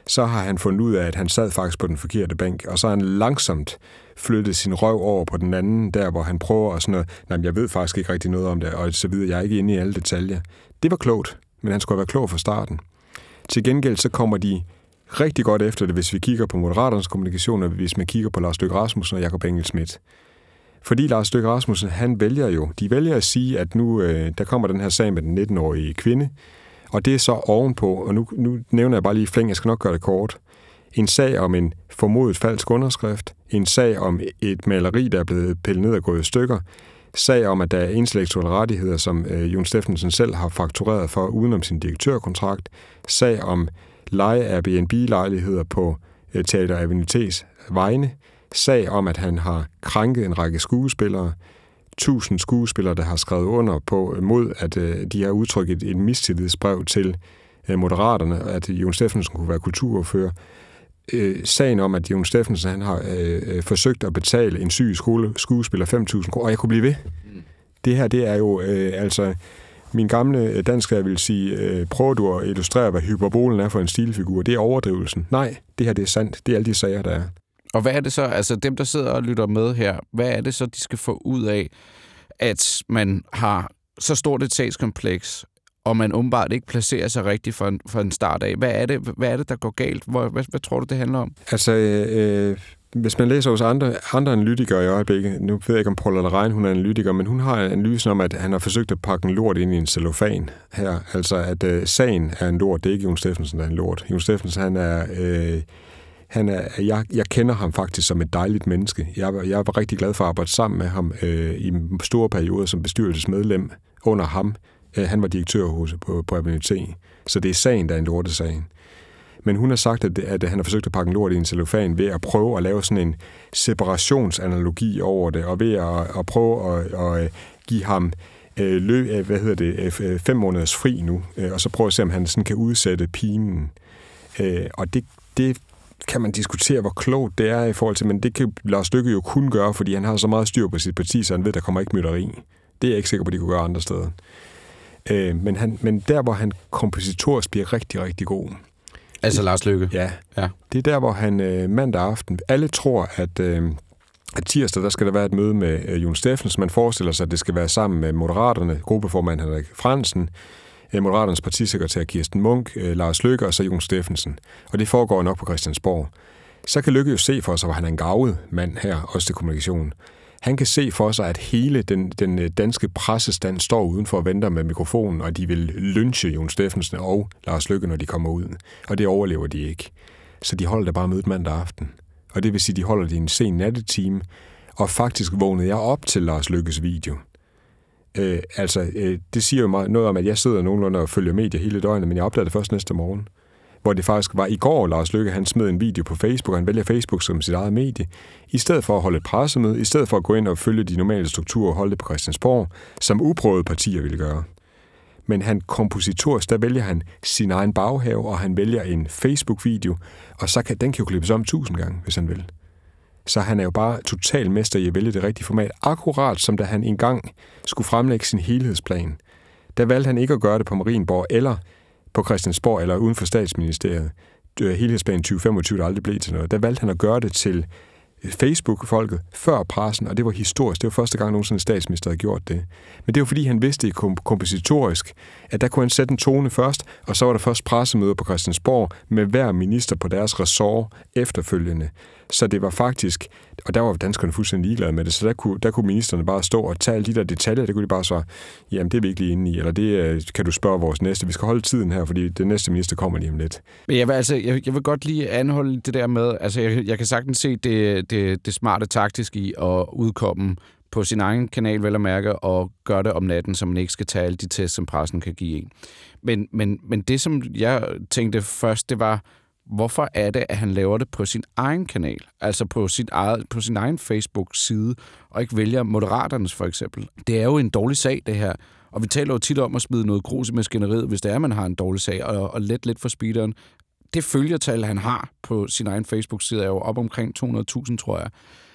så har han fundet ud af, at han sad faktisk på den forkerte bænk, og så har han langsomt flyttet sin røv over på den anden, der hvor han prøver og sådan noget, nej, jeg ved faktisk ikke rigtig noget om det, og så videre, jeg er ikke inde i alle detaljer. Det var klogt, men han skulle have været klog fra starten. Til gengæld så kommer de rigtig godt efter det, hvis vi kigger på Moderaternes kommunikation, og hvis man kigger på Lars Løkke Rasmussen og Jakob Engel-Schmidt. Fordi Lars Løkke Rasmussen, han vælger jo, de vælger at sige, at nu øh, der kommer den her sag med den nitten-årige kvinde, og det er så ovenpå, og nu, nu nævner jeg bare lige flæng, jeg skal nok gøre det kort, en sag om en formodet falsk underskrift, en sag om et maleri, der er blevet pillet ned og gået i stykker, sag om, at der er intellektuelle rettigheder, som øh, Jon Steffensen selv har faktureret for udenom sin direktørkontrakt, sag om leje af Airbnb-lejligheder på øh, Teater Avenités vegne, sag om, at han har krænket en række skuespillere, tusind skuespillere, der har skrevet under på mod, at øh, de har udtrykt et, et mistillidsbrev til øh, Moderaterne, at Jon Steffensen kunne være kulturordfører. Øh, sagen om, at Jon Steffensen han har øh, forsøgt at betale en syg skole, skuespiller fem tusind kroner, og jeg kunne blive ved. Mm. Det her, det er jo øh, altså min gamle dansker, jeg vil sige, øh, prøver du at illustrere, hvad hyperbolen er for en stilfigur. Det er overdrivelsen. Nej, det her, det er sandt. Det er alle de sager, der er. Og hvad er det så, altså dem, der sidder og lytter med her, hvad er det så, de skal få ud af, at man har så stort et sagskompleks, og man åbenbart ikke placerer sig rigtigt for en, for en start af? Hvad er det, hvad er det der går galt? Hvad, hvad, hvad tror du, det handler om? Altså, øh, hvis man læser hos andre, andre analytikere i øjeblikket, nu ved jeg ikke, om Paula Lerein, hun er analytiker, men hun har analysen om, at han har forsøgt at pakke en lort ind i en cellofan her. Altså, at øh, sagen er en lort, det er ikke Jon Steffensen, der er en lort. Jon Steffensen, han er... Øh, Han er, jeg, jeg kender ham faktisk som et dejligt menneske. Jeg, jeg var rigtig glad for at arbejde sammen med ham øh, i store perioder som bestyrelsesmedlem under ham. Øh, han var direktør hos, på, på Airbnb. Så det er sagen, der er en lortesagen. Men hun har sagt, at, at han har forsøgt at pakke en lort i en cellofan ved at prøve at lave sådan en separationsanalogi over det, og ved at, at prøve at, at give ham øh, lø, hvad hedder det, fem måneders fri nu, øh, og så prøve at se, om han sådan kan udsætte pinen. Øh, og det, det kan man diskutere, hvor klogt det er i forhold til, men det kan Lars Løkke jo kun gøre, fordi han har så meget styr på sit parti, så han ved, der kommer ikke mytteri. Det er jeg ikke sikker på, at de kunne gøre andre steder. Øh, men, han, men der, hvor han kompositorisk bliver rigtig, rigtig god. Altså Lars Løkke? Ja. ja. Det er der, hvor han øh, mandag aften, alle tror, at, øh, at tirsdag, der skal der være et møde med øh, Jon Steffensen. Man forestiller sig, at det skal være sammen med Moderaterne, gruppeformand Henrik Frandsen, Moderaternes partisekretær Kirsten Munk, Lars Løkke og så Jon Steffensen. Og det foregår nok på Christiansborg. Så kan Løkke jo se for sig, hvor han er en garvet mand her, også til kommunikation. Han kan se for sig, at hele den, den danske pressestand står udenfor og venter med mikrofonen, og de vil lynche Jon Steffensen og Lars Løkke, når de kommer ud. Og det overlever de ikke. Så de holder der bare mødet mandag aften. Og det vil sige, at de holder det i en sen nattetime. Og faktisk vågnede jeg op til Lars Løkkes video. Øh, altså, øh, det siger jo meget, noget om, at jeg sidder nogenlunde og følger medier hele døgnet, men jeg opdagede det først næste morgen. Hvor det faktisk var i går, Lars Løkke, han smed en video på Facebook, og han vælger Facebook som sit eget medie. I stedet for at holde et pressemøde, i stedet for at gå ind og følge de normale strukturer og holde det på Christiansborg, som uprøvede partier ville gøre. Men han kompositorisk, der vælger han sin egen baghave, og han vælger en Facebook-video, og så kan den kan jo klippes om tusind gange, hvis han vil. Så han er jo bare total mester i at vælge det rigtige format. Akkurat som da han engang skulle fremlægge sin helhedsplan. Der valgte han ikke at gøre det på Marienborg, eller på Christiansborg, eller uden for Statsministeriet. Helhedsplanen tyve femogtyve, der aldrig blev til noget. Der valgte han at gøre det til Facebook-folket før pressen, og det var historisk. Det var første gang, nogensinde statsminister havde gjort det. Men det var fordi, han vidste kompositorisk, at der kunne han sætte en tone først, og så var der først pressemøder på Christiansborg med hver minister på deres ressort efterfølgende. Så det var faktisk, og der var danskerne fuldstændig ligeglade med det, så der kunne, der kunne ministerne bare stå og tage alle de der detaljer, der kunne de bare så, jamen det er vi ikke lige inde i, eller det kan du spørge vores næste. Vi skal holde tiden her, fordi den næste minister kommer lige om lidt. Men jeg vil, altså, jeg, jeg vil godt lige anholde det der med, altså jeg, jeg kan sagtens se det, det, det smarte taktisk i at udkomme på sin egen kanal, vel at mærke, og gøre det om natten, så man ikke skal tage alle de tests, som pressen kan give en. Men, men, men det, som jeg tænkte først, det var, hvorfor er det, at han laver det på sin egen kanal, altså på sin, eget, på sin egen Facebook-side, og ikke vælger Moderaternes for eksempel? Det er jo en dårlig sag, det her. Og vi taler jo tit om at smide noget grus i maskineriet, hvis det er, man har en dårlig sag, og, og let lidt for speederen. Det følgertal, han har på sin egen Facebook-side, er jo op omkring to hundrede tusind, tror jeg.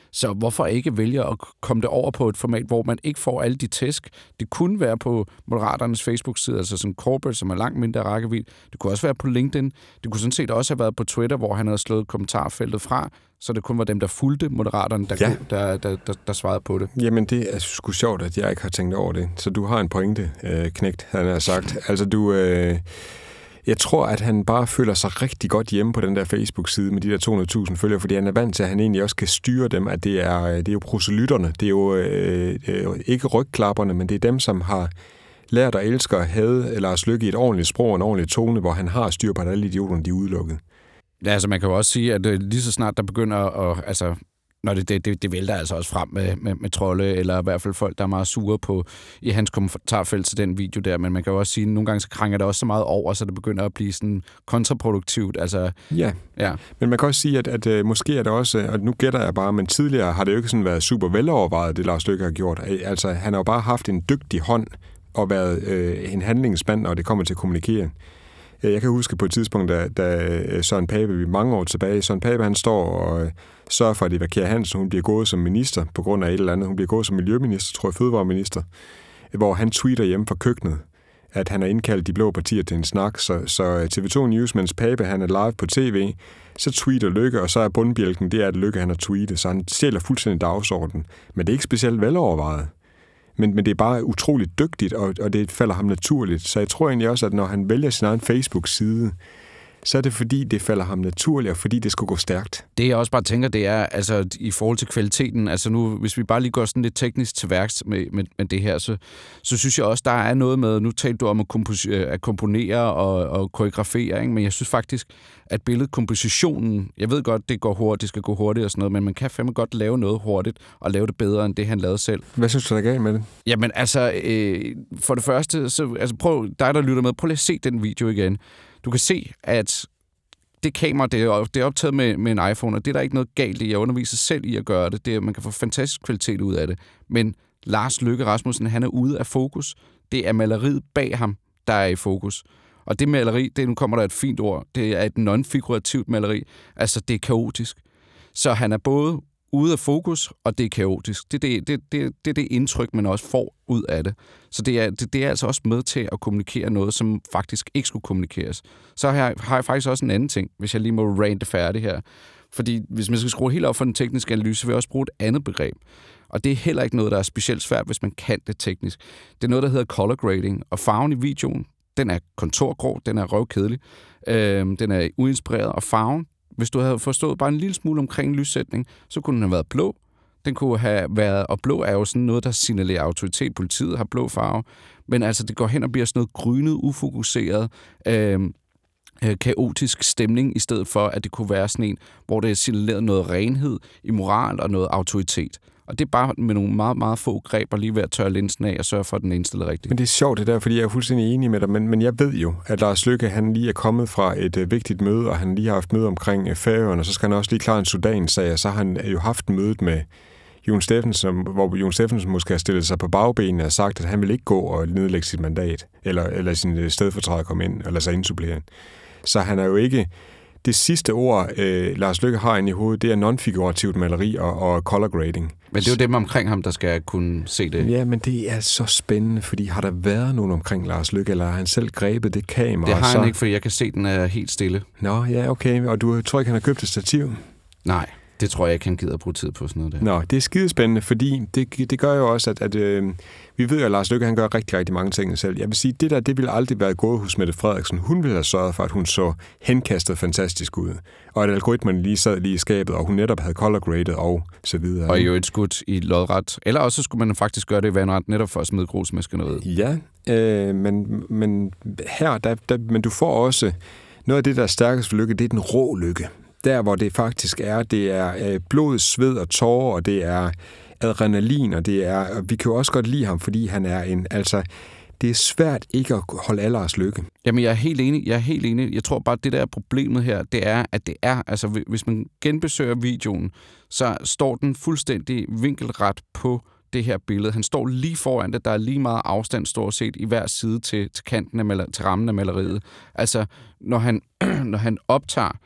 Så hvorfor ikke vælge at komme det over på et format, hvor man ikke får alle de tæsk? Det kunne være på Moderaternes Facebook-side, altså sådan corporate, som er langt mindre rækkevidde. Det kunne også være på LinkedIn. Det kunne sådan set også have været på Twitter, hvor han havde slået kommentarfeltet fra, så det kun var dem, der fulgte Moderaterne, der, ja. der, der, der, der svarede på det. Jamen, det er sgu sjovt, at jeg ikke har tænkt over det. Så du har en pointe, øh, knægt, han har sagt. Altså, du... Øh Jeg tror, at han bare føler sig rigtig godt hjemme på den der Facebook-side med de der to hundrede tusind følgere, fordi han er vant til, at han egentlig også kan styre dem, at det er, det er jo proselytterne, det er jo øh, ikke rygklapperne, men det er dem, som har lært at elske at have eller at Løkke i et ordentligt sprog og en ordentlig tone, hvor han har styr på, at alle idioterne, de er udelukket. Ja, altså man kan jo også sige, at lige så snart der begynder at... Altså Når det, det, det vælter altså også frem med, med, med trolde, eller i hvert fald folk, der er meget sure på i hans kommentarfelt til den video der. Men man kan jo også sige, at nogle gange så krænger det også så meget over, så det begynder at blive sådan kontraproduktivt. Altså, ja. ja, men man kan også sige, at, at, at måske er det også, og nu gætter jeg bare, men tidligere har det jo ikke sådan været super velovervejet, det Lars Løkke har gjort. Altså, han har jo bare haft en dygtig hånd og været øh, en handlingsmand, når det kommer til at kommunikere. Jeg kan huske på et tidspunkt, da, da Søren Pape, vi mange år tilbage, Søren Pape, han står og sørger for, at Eva Kjær Hansen, hun bliver gået som minister på grund af et eller andet. Hun bliver gået som miljøminister, tror jeg, fødevareminister, hvor han tweeter hjemme fra køkkenet, at han har indkaldt de blå partier til en snak. Så, så T V to News, mens Pape, han er live på tv, så tweeter Løkke, og så er bundbjælken, det er, at Løkke, han har tweetet, så han stjæler fuldstændig dagsordenen. Men det er ikke specielt velovervejet. Men, men det er bare utroligt dygtigt, og, og det falder ham naturligt. Så jeg tror egentlig også, at når han vælger sin egen Facebook-side, så er det fordi, det falder ham naturligt, og fordi det skulle gå stærkt. Det jeg også bare tænker, det er, altså i forhold til kvaliteten, altså nu, hvis vi bare lige går sådan lidt teknisk til værks med, med, med det her, så, så synes jeg også, der er noget med, nu talte du om at, kompos- at komponere og, og koreografere, ikke? Men jeg synes faktisk, at billedkompositionen, jeg ved godt, det går hurtigt, det skal gå hurtigt og sådan noget, men man kan fandme godt lave noget hurtigt, og lave det bedre, end det han lavede selv. Hvad synes du, der er galt med det? Jamen altså, øh, for det første, så, altså prøv, dig der lytter med, prøv lige at se den video igen. Du kan se, at det kamera, det er, det er optaget med, med en iPhone, og det er der ikke noget galt i. Jeg underviser selv i at gøre det. det er, man kan få fantastisk kvalitet ud af det. Men Lars Løkke Rasmussen, han er ude af fokus. Det er maleriet bag ham, der er i fokus. Og det maleri, det, nu kommer der et fint ord, det er et non-figurativt maleri. Altså, det er kaotisk. Så han er både ude af fokus, og det er kaotisk. Det er det, det, det, det, det indtryk, man også får ud af det. Så det er, det, det er altså også med til at kommunikere noget, som faktisk ikke skulle kommunikeres. Så har jeg, har jeg faktisk også en anden ting, hvis jeg lige må rante færdig her. Fordi hvis man skal skrue helt op for den tekniske analyse, så vil jeg også bruge et andet begreb. Og det er heller ikke noget, der er specielt svært, hvis man kan det teknisk. Det er noget, der hedder color grading. Og farven i videoen, den er kontorgrå, den er røvkedelig, øh, den er uinspireret, og farven, hvis du havde forstået bare en lille smule omkring lyssætning, så kunne den have været blå. Den kunne have været, og blå er jo sådan noget, der signalerer autoritet. Politiet har blå farve. Men altså, det går hen og bliver sådan noget grynet, ufokuseret, øh, øh, kaotisk stemning, i stedet for, at det kunne være sådan en, hvor det signalerer noget renhed i moral og noget autoritet. Og det er bare med nogle meget, meget få greb, og lige ved at tørre linsen af og sørge for, at den er indstillet rigtigt. Men det er sjovt det der, fordi jeg er fuldstændig enig med dig, men, men jeg ved jo, at Lars Løkke, han lige er kommet fra et uh, vigtigt møde, og han lige har haft møde omkring uh, Færøerne, og så skal han også lige klare en Sudan-sag, og så har han jo haft mødet med Jon Steffensen, hvor Jon Steffensen måske har stillet sig på bagbenene og sagt, at han vil ikke gå og nedlægge sit mandat, eller, eller sin stedfortræder komme ind, og lade sig indsupplere. Så han er jo ikke... Det sidste ord, øh, Lars Løkke har inde i hovedet, det er non-figurativt maleri og, og color grading. Men det er jo dem omkring ham, der skal kunne se det. Ja, men det er så spændende, fordi har der været nogen omkring Lars Løkke, eller har han selv grebet det kamera? Det har så... han ikke, fordi jeg kan se, at den er helt stille. Nå, ja, okay. Og du tror ikke, han har købt et stativ? Nej, det tror jeg ikke, han gider at bruge tid på sådan noget der. Nå, det er skidespændende, fordi det, det gør jo også, at, at øh, vi ved, at Lars Løkke, han gør rigtig, rigtig mange ting selv. Jeg vil sige, det der, det ville aldrig være gået hos Mette Frederiksen. Hun ville have sørget for, at hun så henkastet fantastisk ud. Og at algoritmen lige sad lige i skabet, og hun netop havde color graded og så videre. Og jo et skud i lodret. Eller også skulle man faktisk gøre det i vandret, netop for at smide grusmaskineriet. Ja, øh, men, men her, der, der, men du får også noget af det, der er stærkest for Løkke, det er den rå Løkke. Der, hvor det faktisk er, det er øh, blod, sved og tårer, og det er adrenalin, og det er, og vi kan jo også godt lide ham, fordi han er en, altså, det er svært ikke at holde af Lars Løkke. Jamen, jeg er helt enig, jeg er helt enig. Jeg tror bare, at det der problemet her, det er, at det er, altså hvis man genbesøger videoen, så står den fuldstændig vinkelret på det her billede. Han står lige foran det, der er lige meget afstand stort set i hver side til, til kanten af maler, til rammen af maleriet. Altså, når han, når han optager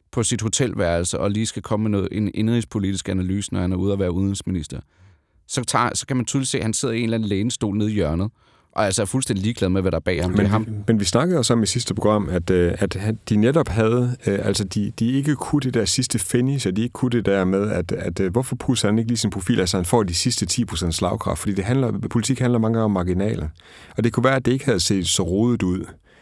på sit hotelværelse og lige skal komme med noget, en indrigspolitisk analyse, når han er ude at være udenrigsminister, så, tager, så kan man tydeligt se, at han sidder i en eller anden lænestol nede i hjørnet, og altså er fuldstændig ligeglad med, hvad der er bag ham. Men, det er ham. men vi snakkede også om i sidste program, at, at de netop havde, altså de, de ikke kunne det der sidste finish, og de ikke kunne det der med, at, at hvorfor pusser han ikke lige sin profil, altså han får de sidste ti procent slagkraft, fordi det handler, politik handler mange gange om marginaler. Og det kunne være, at det ikke havde set så rodet ud,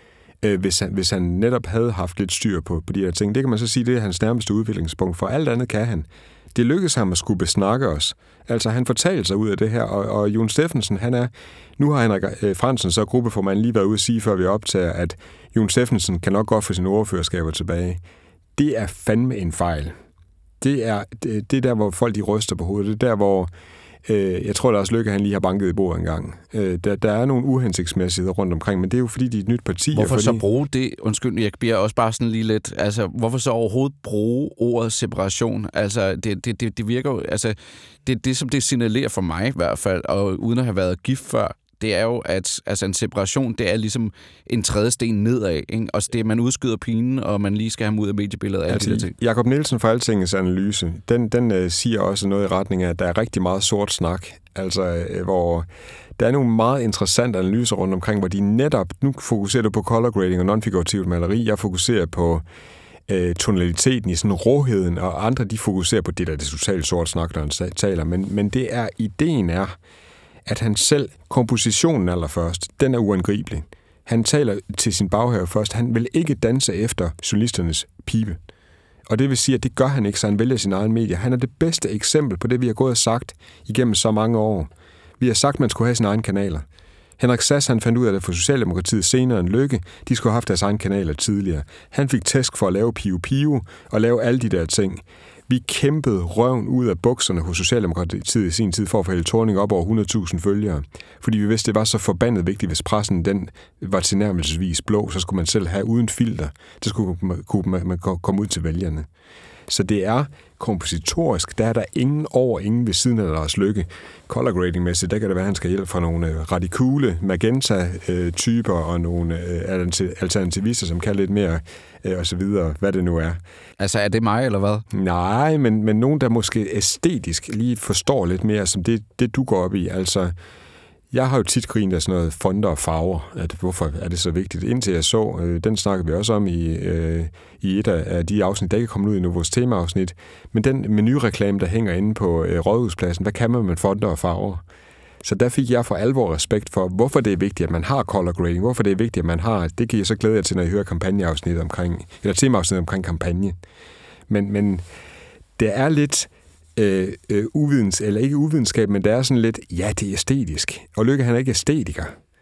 hvis han, hvis han netop havde haft lidt styr på, på de her ting. Det kan man så sige, det er hans nærmeste udviklingspunkt, for alt andet kan han. Det lykkedes ham at skulle besnakke os. Altså, han fortalte sig ud af det her, og, og Jon Steffensen, han er... Nu har Henrik øh, Frandsen, så gruppeformanden, lige været ude at sige, før vi optager, at Jon Steffensen kan nok godt få sine ordførerskaber tilbage. Det er fandme en fejl. Det er, det, det er der, hvor folk de ryster på hovedet. Det er der, hvor... Øh, jeg tror, Lars Løkke, han lige har banket i bordet engang. Øh, der, der er nogle uhensigtsmæssigheder rundt omkring, men det er jo fordi, de er et nyt parti. Hvorfor fordi... så bruge det? Undskyld, jeg bliver også bare sådan lige lidt... Altså, hvorfor så overhovedet bruge ordet separation? Altså, det, det, det, det virker jo... Altså, det, det, som det signalerer for mig i hvert fald, og uden at have været gift før, det er jo, at altså, en separation, det er ligesom en tredje sten nedad, ikke? Og det, man udskyder pinen, og man lige skal have ham ud af mediebilledet. Altså, alle Jakob Nielsen fra Altingets analyse, den, den uh, siger også noget i retning af, at der er rigtig meget sort snak. Altså, uh, hvor der er nogle meget interessante analyser rundt omkring, hvor de netop, nu fokuserer du på color grading og non-figurativt maleri, jeg fokuserer på uh, tonaliteten i sådan råheden, og andre, de fokuserer på det der, det totalt sort snak, der han taler. Men, men det er, ideen er, at han selv, kompositionen allerførst, den er uangribelig. Han taler til sin baghave først. Han vil ikke danse efter journalisternes pibe. Og det vil sige, at det gør han ikke, så han vælger sin egen medie. Han er det bedste eksempel på det, vi har gået og sagt igennem så mange år. Vi har sagt, at man skulle have sine egne kanaler. Henrik Sass, han fandt ud af det for Socialdemokratiet senere end Løkke. De skulle have haft deres egne kanaler tidligere. Han fik tæsk for at lave Pio Pio og lave alle de der ting. Vi kæmpede røven ud af bukserne hos Socialdemokratiet i sin tid for at få Helle Thorning op over hundrede tusind følgere. Fordi vi vidste, det var så forbandet vigtigt, hvis pressen den var tilnærmelsesvis blå, så skulle man selv have uden filter. Det skulle man, kunne man komme ud til vælgerne. Så det er kompositorisk. Der er der ingen over, ingen ved siden af Lars Løkke. Color grading-mæssigt, der kan det være, at han skal hjælpe fra nogle radikule magenta-typer og nogle alternativister, som kan lidt mere og så videre, hvad det nu er. Altså, er det mig, eller hvad? Nej, men, men nogen, der måske æstetisk lige forstår lidt mere, som det, det du går op i. Altså, jeg har jo tit grinet af sådan noget fonder og farver, at hvorfor er det så vigtigt. Indtil jeg så, øh, den snakker vi også om i, øh, i et af de afsnit, der ikke er kommet ud i nu, vores temaafsnit, men den menureklame, der hænger inde på øh, Rådhuspladsen, hvad kan man med fonder og farver? Så der fik jeg for alvor respekt for, hvorfor det er vigtigt, at man har color grading, hvorfor det er vigtigt, at man har, det kan jeg så glæde jer til, når I hører kampagneafsnit omkring, eller temaafsnit omkring kampagne. Men, men det er lidt øh, øh, uvidens, eller ikke uvidenskab, men det er sådan lidt, ja, det er æstetisk. Og Løkke, han er ikke æstetiker.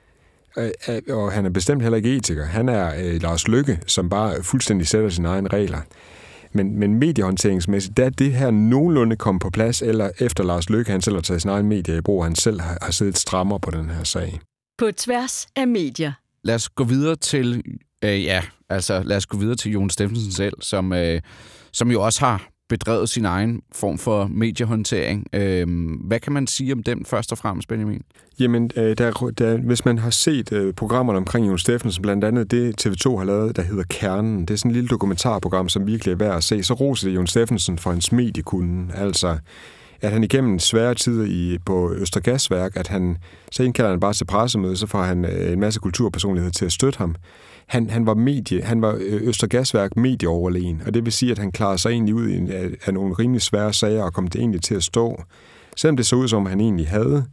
Øh, og han er bestemt heller ikke etiker. Han er øh, Lars Løkke, som bare fuldstændig sætter sine egne regler. Men, men mediehåndteringsmæssigt, der er det her nogenlunde kommet på plads, eller efter Lars Løkke, han selv har taget sin egen medie i brug, han selv har, har siddet strammer på den her sag. På tværs af medier. Lad os gå videre til, øh, ja, altså lad os gå videre til Jon Steffensen selv, som, øh, som jo også har bedrevet sin egen form for mediehåndtering. Øh, hvad kan man sige om den først og fremmest, Benjamin? Jamen, der, der, hvis man har set uh, programmerne omkring Jon Steffensen, blandt andet det T V to har lavet, der hedder Kernen, det er sådan et lille dokumentarprogram, som virkelig er værd at se, så roser det Jon Steffensen for hans mediekunden. Altså, at han igennem svære tider i, på Østergasværk, at han, så indkalder han bare til pressemøde, så får han uh, en masse kulturpersonlighed til at støtte ham. Han, han var medie, han var Østergasværk medieoverlegen, og det vil sige, at han klarede sig egentlig ud af, af nogle rimelig svære sager og kom det egentlig til at stå. Selvom det så ud som, han egentlig havde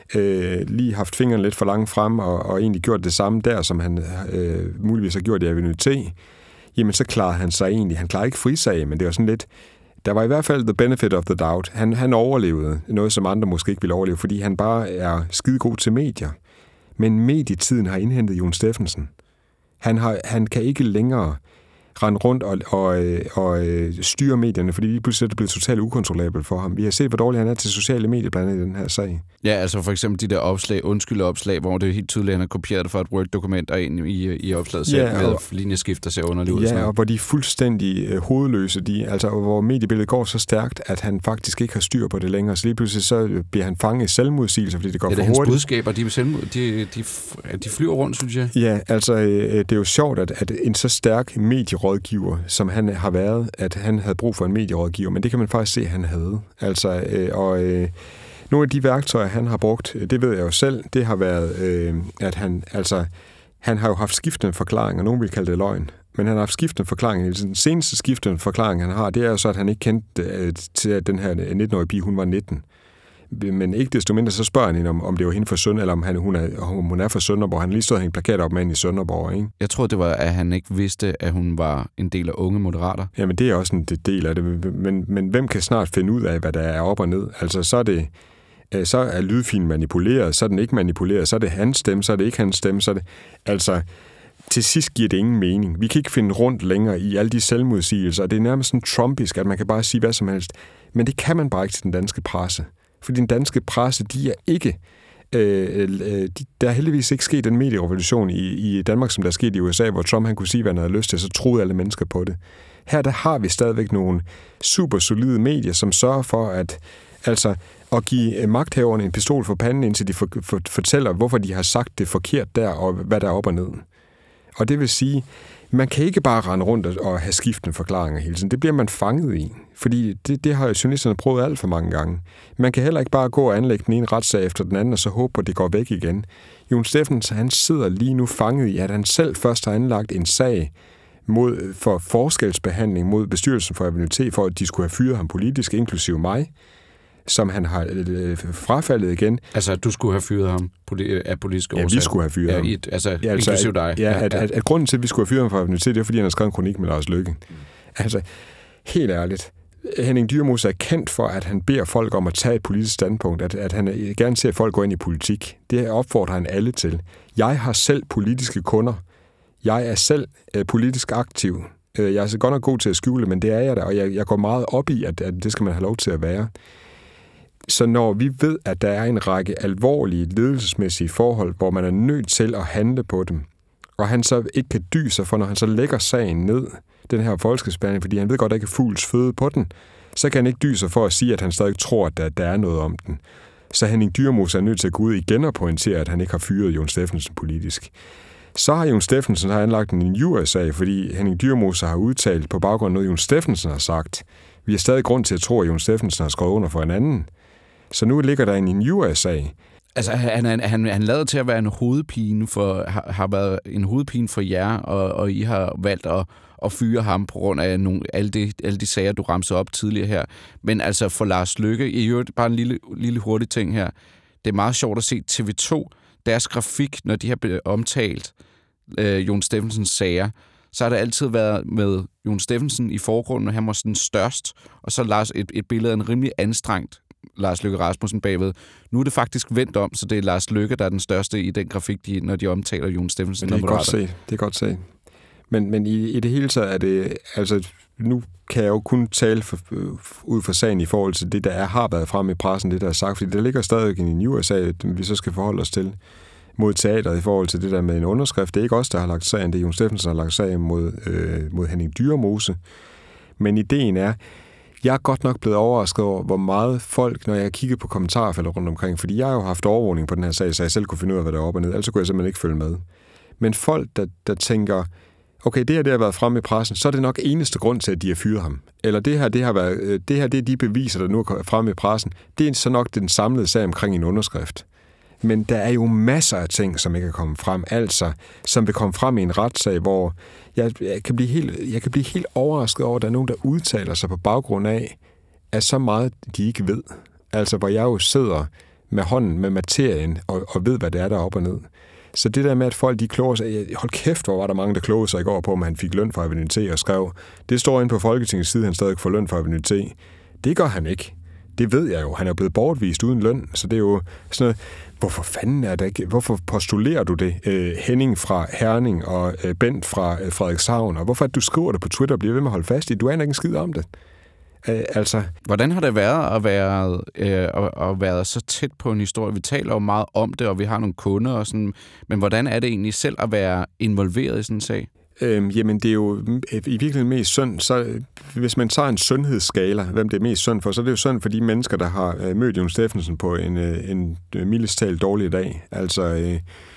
øh, lige haft fingeren lidt for langt frem og, og egentlig gjort det samme der, som han øh, muligvis har gjort i Avenue T, jamen så klarede han sig egentlig. Han klarede ikke frisag, men det var sådan lidt... Der var i hvert fald the benefit of the doubt. Han, han overlevede noget, som andre måske ikke ville overleve, fordi han bare er skidegod til medier. Men medietiden har indhentet Jon Steffensen. Han, har, han kan ikke længere rende rundt og, og, og styre medierne, fordi lige pludselig er det blevet totalt ukontrollabelt for ham. Vi har set, hvor dårlig han er til sociale medier, blandt andet i den her sag. Ja, altså for eksempel de der opslag, undskyld opslag, hvor det er helt tydeligt, at han har kopieret det fra et Word-dokument og ind i, i opslaget selv, ja, og, med linjeskift, der ser underligt ud. Ja, og hvor de er fuldstændig øh, hovedløse, de, altså hvor mediebilledet går så stærkt, at han faktisk ikke har styr på det længere. Så lige pludselig så bliver han fanget i selvmodsigelser, fordi det går ja, det for hurtigt. Hans budskaber, de, selvmod, de, de, de flyver rundt, synes jeg. Ja, altså øh, det er jo sjovt, at, at en så stærk medierød medierådgiver, som han har været, at han havde brug for en medierådgiver, men det kan man faktisk se, at han havde. Altså, øh, og øh, nogle af de værktøjer, han har brugt, det ved jeg jo selv, det har været, øh, at han, altså, han har jo haft skiftende forklaringer, nogen vil kalde det løgn, men han har haft skiftende forklaringer. Den seneste skiftende forklaring, han har, det er jo så, at han ikke kendte øh, til, at den her nitten-årige pige, hun var nitten. Men ikke desto mindre, så spørger han hende, om, om det var hende fra Sønderborg, eller om han, hun, er, om hun er fra Sønderborg. Han lige stod og hængte plakater op med hende i Sønderborg, ikke? Jeg tror, det var, at han ikke vidste, at hun var en del af Unge Moderater. Jamen, det er også en del af det. Men, men hvem kan snart finde ud af, hvad der er op og ned? Altså, så er det... Så er lydfilen manipuleret, så er den ikke manipuleret, så er det hans stemme, så er det ikke hans stemme, så er det... Altså, til sidst giver det ingen mening. Vi kan ikke finde rundt længere i alle de selvmodsigelser, og det er nærmest sådan trumpisk, at man kan bare sige hvad som helst. Men det kan man bare ikke til den danske presse. For den danske presse, de er ikke... Øh, øh, de, der er heldigvis ikke sket en medierevolution i, i Danmark, som der er sket i U S A, hvor Trump han kunne sige, hvad han havde lyst til, så troede alle mennesker på det. Her der har vi stadigvæk nogle super solide medier, som sørger for at, altså, at give magthaverne en pistol for panden, indtil de for, for, fortæller, hvorfor de har sagt det forkert der, og hvad der er op og ned. Og det vil sige, man kan ikke bare rende rundt og have skiftende forklaringer hele tiden. Det bliver man fanget i, fordi det, det har journalisterne prøvet alt for mange gange. Man kan heller ikke bare gå og anlægge den ene retssag efter den anden, og så håbe på, at det går væk igen. Jon Steffensen, han sidder lige nu fanget i, at han selv først har anlagt en sag mod, for forskelsbehandling mod bestyrelsen for Avenue T, for at de skulle have fyret ham politisk, inklusive mig, som han har øh, frafaldet igen. Altså, at du skulle have fyret ham af politiske årsager? Ja, vi skulle have fyret ja, ham. Et, altså, ja, altså, inklusive dig. Ja, ja, at, at, at grunden til, at vi skulle have fyret ham fra Avenue T, det er, fordi han har skrevet en kronik med Lars Løkke. Mm. Altså, helt ærligt. Henning Dyremose er kendt for, at han beder folk om at tage et politisk standpunkt, at, at han gerne ser, at folk går ind i politik. Det opfordrer han alle til. Jeg har selv politiske kunder. Jeg er selv øh, politisk aktiv. Jeg er altså godt nok god til at skjule, men det er jeg da, og jeg, jeg går meget op i, at, at det skal man have lov til at være. Så når vi ved, at der er en række alvorlige ledelsesmæssige forhold, hvor man er nødt til at handle på dem, og han så ikke kan dy sig for, når han så lægger sagen ned, den her forskelsbehandling, fordi han ved godt, at der ikke er fugls føde på den, så kan han ikke dy sig for at sige, at han stadig tror, at der, der er noget om den. Så Henning Dyremose er nødt til at gå ud igen og pointere, at han ikke har fyret Jon Steffensen politisk. Så har Jon Steffensen har anlagt en injuriesag, fordi Henning Dyremose har udtalt på baggrund af noget, Jon Steffensen har sagt. Vi har stadig grund til at tro, at Jon Steffensen har skrevet under for en anden. Så nu ligger der en injuriesag. Altså, han, han, han lader til at være en hovedpine for, har, har været en hovedpine for jer, og, og I har valgt at, at fyre ham på grund af nogle, alle, de, alle de sager, du ramsede op tidligere her. Men altså for Lars Løkke, i øvrigt bare en lille, lille hurtig ting her. Det er meget sjovt at se T V to, deres grafik, når de har omtalt øh, Jon Steffensens sager, så har det altid været med Jon Steffensen i forgrunden, og han var sådan størst, og så Lars et, et billede af en rimelig anstrengt Lars Løkke Rasmussen bagved. Nu er det faktisk vendt om, så det er Lars Løkke, der er den største i den grafik, de, når de omtaler Jon Steffensen. Det er godt set. Det er godt set. Men, men i, i det hele taget er det, altså nu kan jeg jo kun tale for, ud fra sagen i forhold til det, der er, har været frem i pressen, det der er sagt, fordi der ligger stadig en U S A, vi så skal forholde os til mod teateret i forhold til det der med en underskrift. Det er ikke os, der har lagt sagen, det er Jon Steffensen, der har lagt sagen mod, øh, mod Henning Dyremose. Men ideen er, jeg er godt nok blevet overrasket over, hvor meget folk, når jeg kigger på kommentarfeltet rundt omkring, fordi jeg har jo haft overvågning på den her sag, så jeg selv kunne finde ud af, hvad der er op og ned, ellers kunne jeg simpelthen ikke følge med. Men folk, der, der tænker, okay, det her det har været fremme i pressen, så er det nok eneste grund til, at de har fyret ham. Eller det her, det har været, det her, det er de beviser, der nu er fremme i pressen. Det er så nok den samlede sag omkring en underskrift. Men der er jo masser af ting, som ikke er kommet frem, altså som vil komme frem i en retssag, hvor jeg, jeg, kan, blive helt, jeg kan blive helt overrasket over, at der er nogen, der udtaler sig på baggrund af, at så meget de ikke ved. Altså hvor jeg jo sidder med hånden, med materien, og, og ved, hvad det er, der er op og ned. Så det der med, at folk de kloger sig, hold kæft, hvor var der mange, der klogede sig i går på, om han fik løn fra Avenue T, og skrev, det står inde på Folketingets side, han stadig får løn fra Avenue T. Det gør han ikke. Det ved jeg jo. Han er blevet bortvist uden løn, så det er jo sådan noget, hvorfor fanden er det ikke? Hvorfor postulerer du det? Øh, Henning fra Herning og øh, Bent fra øh, Frederikshavn, og hvorfor at du skriver det på Twitter og bliver ved med at holde fast i? Du aner ikke en skid om det. Øh, altså. Hvordan har det været at være, øh, at være så tæt på en historie? Vi taler jo meget om det, og vi har nogle kunder og sådan, men hvordan er det egentlig selv at være involveret i sådan en sag? Øhm, jamen, det er jo i virkeligheden mest synd. Så, hvis man tager en sundhedsskala, hvem det er mest synd for, så er det jo synd for de mennesker, der har øh, mødt Jon Steffensen på en, øh, en mildest talt dårlig dag. Altså, øh,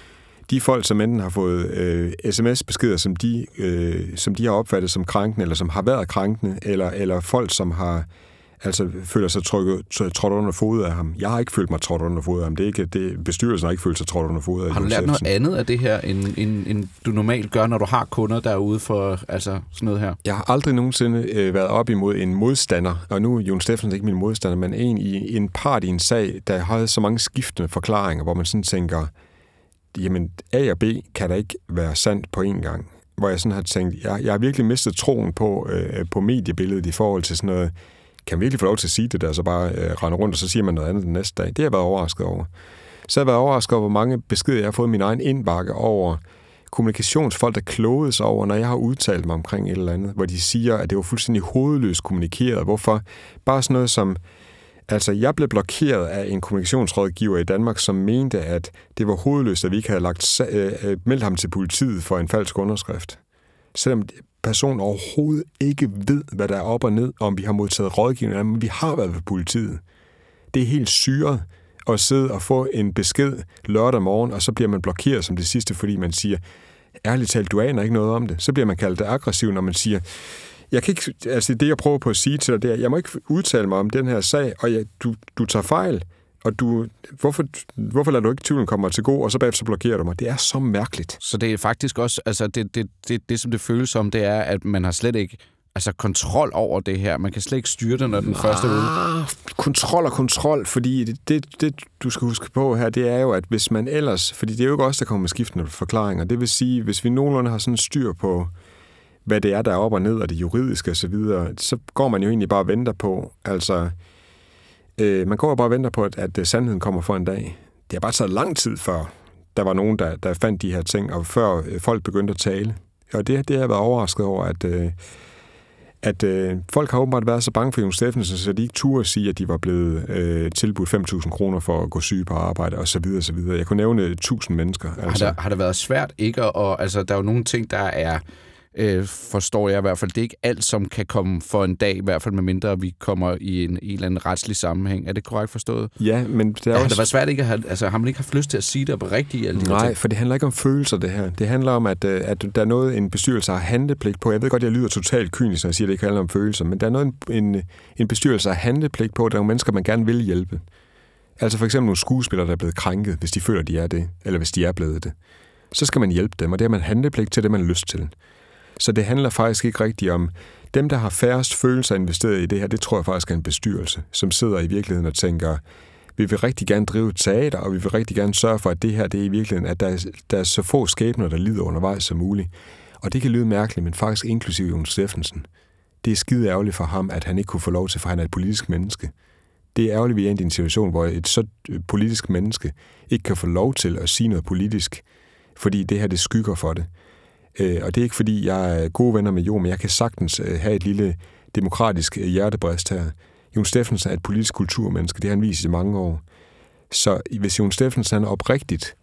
de folk, som enten har fået øh, sms-beskeder, som de, øh, som de har opfattet som krænkende, eller som har været krænkende, eller, eller folk, som har altså føler sig trykket, trådt under fodet af ham. Jeg har ikke følt mig trådt under fodet af ham. Det er ikke, det, bestyrelsen har ikke følt sig trådt under fodet af. Har du lært noget andet af det her, end, end, end du normalt gør, når du har kunder derude for altså sådan noget her? Jeg har aldrig nogensinde øh, været op imod en modstander, og nu er Jon Steffensen ikke min modstander, men en i en part i en sag, der har så mange skiftende forklaringer, hvor man sådan tænker, jamen A og B kan da ikke være sandt på en gang. Hvor jeg sådan har tænkt, jeg, jeg har virkelig mistet troen på, øh, på mediebilledet i forhold til sådan noget. Kan man virkelig få lov til at sige det der, så bare øh, rende rundt, og så siger man noget andet den næste dag? Det har jeg været overrasket over. Så har jeg været overrasket over, hvor mange beskeder jeg har fået i min egen indbakke over kommunikationsfolk, der klogede sig over, når jeg har udtalt mig omkring et eller andet, hvor de siger, at det var fuldstændig hovedløst kommunikeret. Hvorfor? Bare sådan noget som, altså jeg blev blokeret af en kommunikationsrådgiver i Danmark, som mente, at det var hovedløst, at vi ikke havde lagt, øh, meldt ham til politiet for en falsk underskrift. Selvom personen overhovedet ikke ved, hvad der er op og ned, om vi har modtaget rådgivning, men vi har været ved politiet. Det er helt syret at sidde og få en besked lørdag morgen, og så bliver man blokeret som det sidste, fordi man siger, ærligt talt, du aner ikke noget om det. Så bliver man kaldt aggressiv, når man siger, jeg kan ikke, altså det jeg prøver på at sige til dig, det er, jeg må ikke udtale mig om den her sag, og jeg, du, du tager fejl, og du, hvorfor, hvorfor lader du ikke tvivlen komme til god, og så bagefter blokerer du mig? Det er så mærkeligt. Så det er faktisk også, altså det, det, det, det som det føles som, det er, at man har slet ikke altså kontrol over det her. Man kan slet ikke styre det, når den ah, første er ude. Kontrol og kontrol, fordi det, det, det, du skal huske på her, det er jo, at hvis man ellers, fordi det er jo ikke os, der kommer med skiftende forklaringer, det vil sige, hvis vi nogenlunde har sådan styr på, hvad det er, der er op og ned, og det juridiske osv., så, så går man jo egentlig bare og venter på, altså, øh, man går og bare og venter på, at, at sandheden kommer for en dag. Det har bare taget lang tid, før der var nogen, der, der fandt de her ting, og før øh, folk begyndte at tale. Og det, det har jeg været overrasket over, at, øh, at øh, folk har åbenbart været så bange for Jon Steffensen, så de ikke turde sige, at de var blevet øh, tilbudt fem tusind kroner for at gå syge på arbejde, og så videre, og så videre. Jeg kunne nævne tusind mennesker. Altså. Har, der, har det været svært ikke at, og, altså der er jo nogle ting, der er, øh, forstår jeg i hvert fald, det er ikke alt, som kan komme for en dag, i hvert fald med mindre vi kommer i en, en eller anden retslig sammenhæng. Er det korrekt forstået? Ja, men det er også... Har det været svært ikke at have, altså har man ikke haft lyst til at sige det på rigtigt? Nej, for det handler ikke om følelser, det her. Det handler om, at, at der er noget, en bestyrelse har handlepligt på. Jeg ved godt, jeg lyder totalt kynisk, når jeg siger, at det ikke handler om følelser, men der er noget, en, en bestyrelse har handlepligt på, at der er nogle mennesker, man gerne vil hjælpe. Altså for eksempel nogle skuespillere, der er blevet krænket, hvis de føler, de er det, eller hvis de er blevet det. Så skal man hjælpe dem, og det har man handlepligt til, det man har lyst til. Så det handler faktisk ikke rigtigt om dem, der har færrest følelser investeret i det her. Det tror jeg faktisk er en bestyrelse, som sidder i virkeligheden og tænker, vi vil rigtig gerne drive et teater, og vi vil rigtig gerne sørge for, at det her, det er i virkeligheden, at der er, der er så få skæbner, der lider undervejs som muligt. Og det kan lyde mærkeligt, men faktisk inklusive Jon Steffensen. Det er skide ærgerligt for ham, at han ikke kunne få lov til, for han er et politisk menneske. Det er ærgerligt, at vi er i en situation, hvor et så politisk menneske ikke kan få lov til at sige noget politisk, fordi det her, det skygger for det. Og det er ikke, fordi jeg er gode venner med Jon, men jeg kan sagtens have et lille demokratisk hjertebrist her. Jon Steffensen er et politisk kulturmenneske, det har han vist i mange år. Så hvis Jon Steffensen han oprigtigt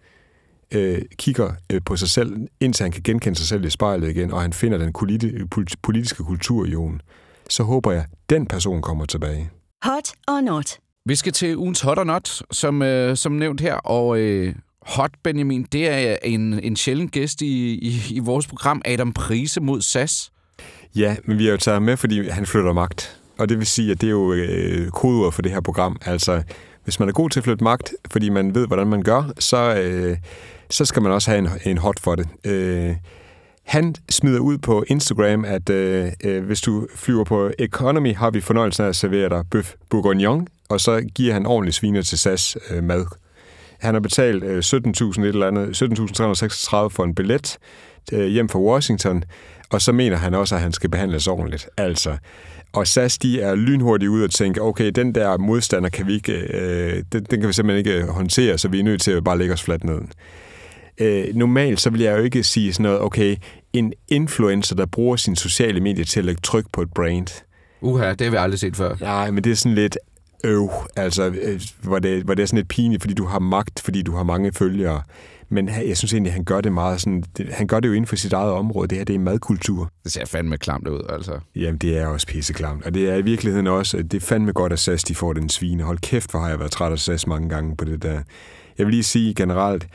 øh, kigger øh, på sig selv, indtil han kan genkende sig selv i spejlet igen, og han finder den politi- politiske kultur i Jon, så håber jeg, at den person kommer tilbage. Hot or not? Vi skal til ugens hot or not, som, øh, som nævnt her, og... Øh Hot, Benjamin, det er en, en sjælden gæst i, i, i vores program, Adam Price mod S A S. Ja, men vi har jo taget med, fordi han flytter magt. Og det vil sige, at det er jo øh, kodeord for det her program. Altså, hvis man er god til at flytte magt, fordi man ved, hvordan man gør, så, øh, så skal man også have en, en hot for det. Øh, han smider ud på Instagram, at øh, øh, hvis du flyver på Economy, har vi fornøjelsen af at servere dig bøf bourguignon, og så giver han ordentligt sviner til S A S øh, mad. Han har betalt øh, sytten tusind et eller andet, sytten tusind tre hundrede og seksogtredive for en billet øh, hjem fra Washington, og så mener han også, at han skal behandles ordentligt. Altså, og S A S, de er lynhurtigt ude og tænke, okay, den der modstander kan vi ikke, øh, den, den kan vi simpelthen ikke håndtere, så vi er nødt til at bare lægge os fladt ned. Øh, normalt så vil jeg jo ikke sige sådan noget, okay, en influencer, der bruger sine sociale medier til at lægge tryk på et brand. Uha, det har vi aldrig set før. Nej, men det er sådan lidt... Øv, altså, øh, hvor, det, hvor det er sådan lidt pinligt, fordi du har magt, fordi du har mange følgere. Men jeg synes egentlig, at han gør det meget sådan... Det, han gør det jo inden for sit eget område. Det her, det er madkultur. Det ser fandme klamt ud, altså. Jamen, det er også pisseklamt. Og det er i virkeligheden også... Det er fandme godt, at S A S, de får den svine. Hold kæft, hvor har jeg været træt af S A S mange gange på det der. Jeg vil lige sige generelt,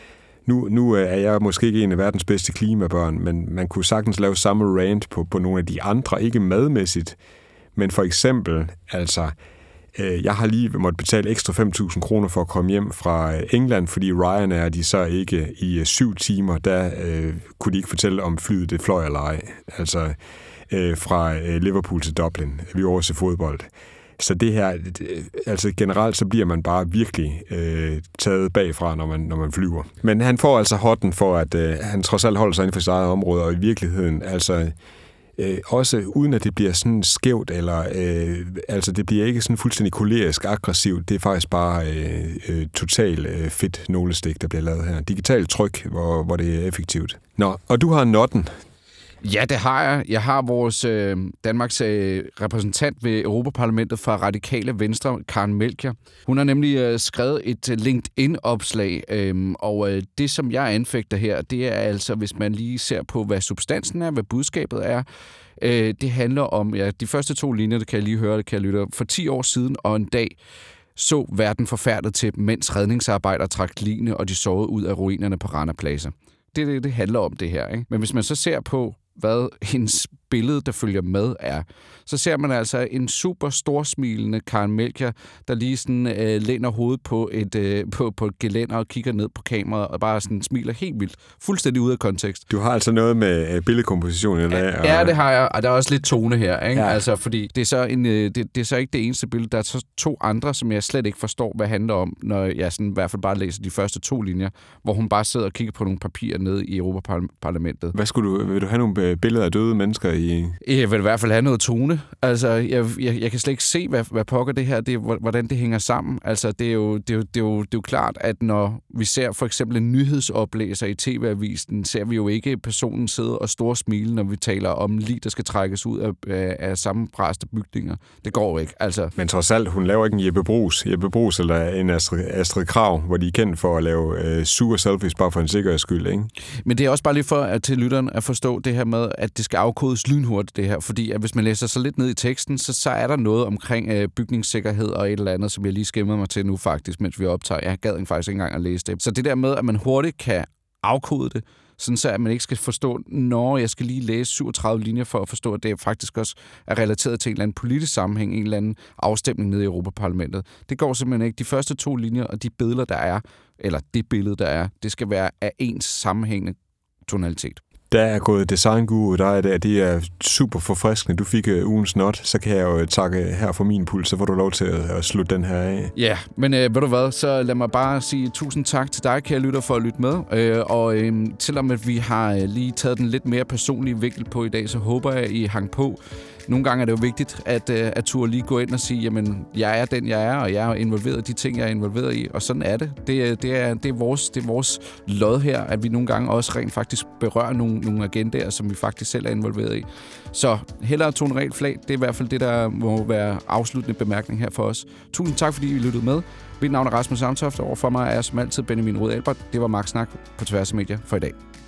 Nu, nu er jeg måske ikke en af verdens bedste klimabørn, men man kunne sagtens lave samme rant på, på nogle af de andre, ikke madmæssigt, men for eksempel, altså, øh, jeg har lige måttet betale ekstra fem tusind kroner for at komme hjem fra England, fordi Ryanair, de så ikke i øh, syv timer, der øh, kunne de ikke fortælle, om flyet det fløj eller ej. Altså øh, fra øh, Liverpool til Dublin, vi var over til fodbold. Så det her, altså generelt, så bliver man bare virkelig øh, taget bagfra, når man, når man flyver. Men han får altså hotten for, at øh, han trods alt holder sig inden for sit eget område, og i virkeligheden, altså øh, også uden at det bliver sådan skævt, eller øh, altså det bliver ikke sådan fuldstændig kolerisk aggressivt, det er faktisk bare øh, øh, totalt øh, fedt nålestik, der bliver lavet her. Digitalt tryk, hvor, hvor det er effektivt. Nå, og du har notten. Ja, det har jeg. Jeg har vores øh, Danmarks øh, repræsentant ved Europaparlamentet fra Radikale Venstre, Karen Melchior. Hun har nemlig øh, skrevet et LinkedIn-opslag, øh, og øh, det, som jeg anfægter her, det er altså, hvis man lige ser på, hvad substansen er, hvad budskabet er. Øh, det handler om, ja, de første to linjer, det kan jeg lige høre, det kan jeg lytte. For ti år siden og en dag så verden forfærdet til, mens redningsarbejdere trak ligene, og de sovede ud af ruinerne på Rana Plaza. Det er det, det handler om, det her, ikke? Men hvis man så ser på, hvad hendes billede, der følger med, er, så ser man altså en super storsmilende Karen Melchior, der lige sådan øh, læner hovedet på et, øh, på, på et gelænder og kigger ned på kameraet og bare sådan smiler helt vildt. Fuldstændig ude af kontekst. Du har altså noget med billedkomposition i dag. Og... Ja, det har jeg, og der er også lidt tone her, ikke? Ja. Altså, fordi det er, så en, det, det er så ikke det eneste billede. Der er så to andre, som jeg slet ikke forstår, hvad det handler om, når jeg sådan, i hvert fald bare læser de første to linjer, hvor hun bare sidder og kigger på nogle papirer nede i Europaparlamentet. Hvad skulle du, vil du have nogle billeder af døde mennesker i? Jeg vil i hvert fald have noget tone. Altså, jeg, jeg, jeg kan slet ikke se, hvad, hvad pokker det her, det, hvordan det hænger sammen. Altså, det er, jo, det, er jo, det, er jo, det er jo klart, at når vi ser for eksempel en nyhedsoplæser i T V-avisen, ser vi jo ikke personen sidde og store smile, når vi taler om lig, der skal trækkes ud af, af, af sammenbræste bygninger. Det går jo ikke. Altså. Men trods alt, hun laver ikke en Jeppe Bruus. Jeppe Bruus eller en Astrid, Astrid Krag, hvor de er kendt for at lave øh, sure selfies bare for en sikkerheds skyld, ikke? Men det er også bare lige for at til lytteren at forstå det her med, at det skal afkodes lynhurtigt, det her. Fordi at hvis man læser så lidt ned i teksten, så, så er der noget omkring øh, bygningssikkerhed og et eller andet, som jeg lige skimmer mig til nu faktisk, mens vi optager. Jeg gad faktisk ikke engang at læse det. Så det der med, at man hurtigt kan afkode det, sådan så at man ikke skal forstå, når jeg skal lige læse syvogtredive linjer for at forstå, at det faktisk også er relateret til en eller anden politisk sammenhæng, en eller anden afstemning nede i Europaparlamentet. Det går simpelthen ikke. De første to linjer og de billeder, der er, eller det billede, der er, det skal være af ens sammenhængende tonalitet. Der er gået designguru, der er det, det er super forfriskende. Du fik uh, ugens not, så kan jeg jo takke her for min puls, så får du lov til at, at slutte den her af. Ja, yeah, men øh, ved du hvad, så lad mig bare sige tusind tak til dig, kære lytter, for at lytte med. Øh, og øh, selvom at vi har lige taget den lidt mere personlige vinkel på i dag, så håber jeg, at I hang på. Nogle gange er det jo vigtigt, at, at turde lige gå ind og sige, jamen, jeg er den, jeg er, og jeg er involveret i de ting, jeg er involveret i, og sådan er det. Det, det, er, det, er, vores, det er vores lod her, at vi nogle gange også rent faktisk berører nogle, nogle agendaer, som vi faktisk selv er involveret i. Så hellere tone rent flag, det er i hvert fald det, der må være afsluttende bemærkning her for os. Tusind tak, fordi I lyttede med. Mit navn er Rasmus Amtoft, og overfor mig er som altid Benjamin Rød Albert. Det var Max Snak på Tværs af Medier for i dag.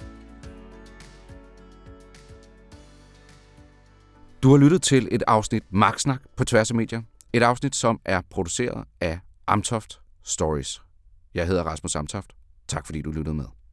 Du har lyttet til et afsnit Max Snak på Tværs af Medier. Et afsnit, som er produceret af Amtoft Stories. Jeg hedder Rasmus Amtoft. Tak fordi du lyttede med.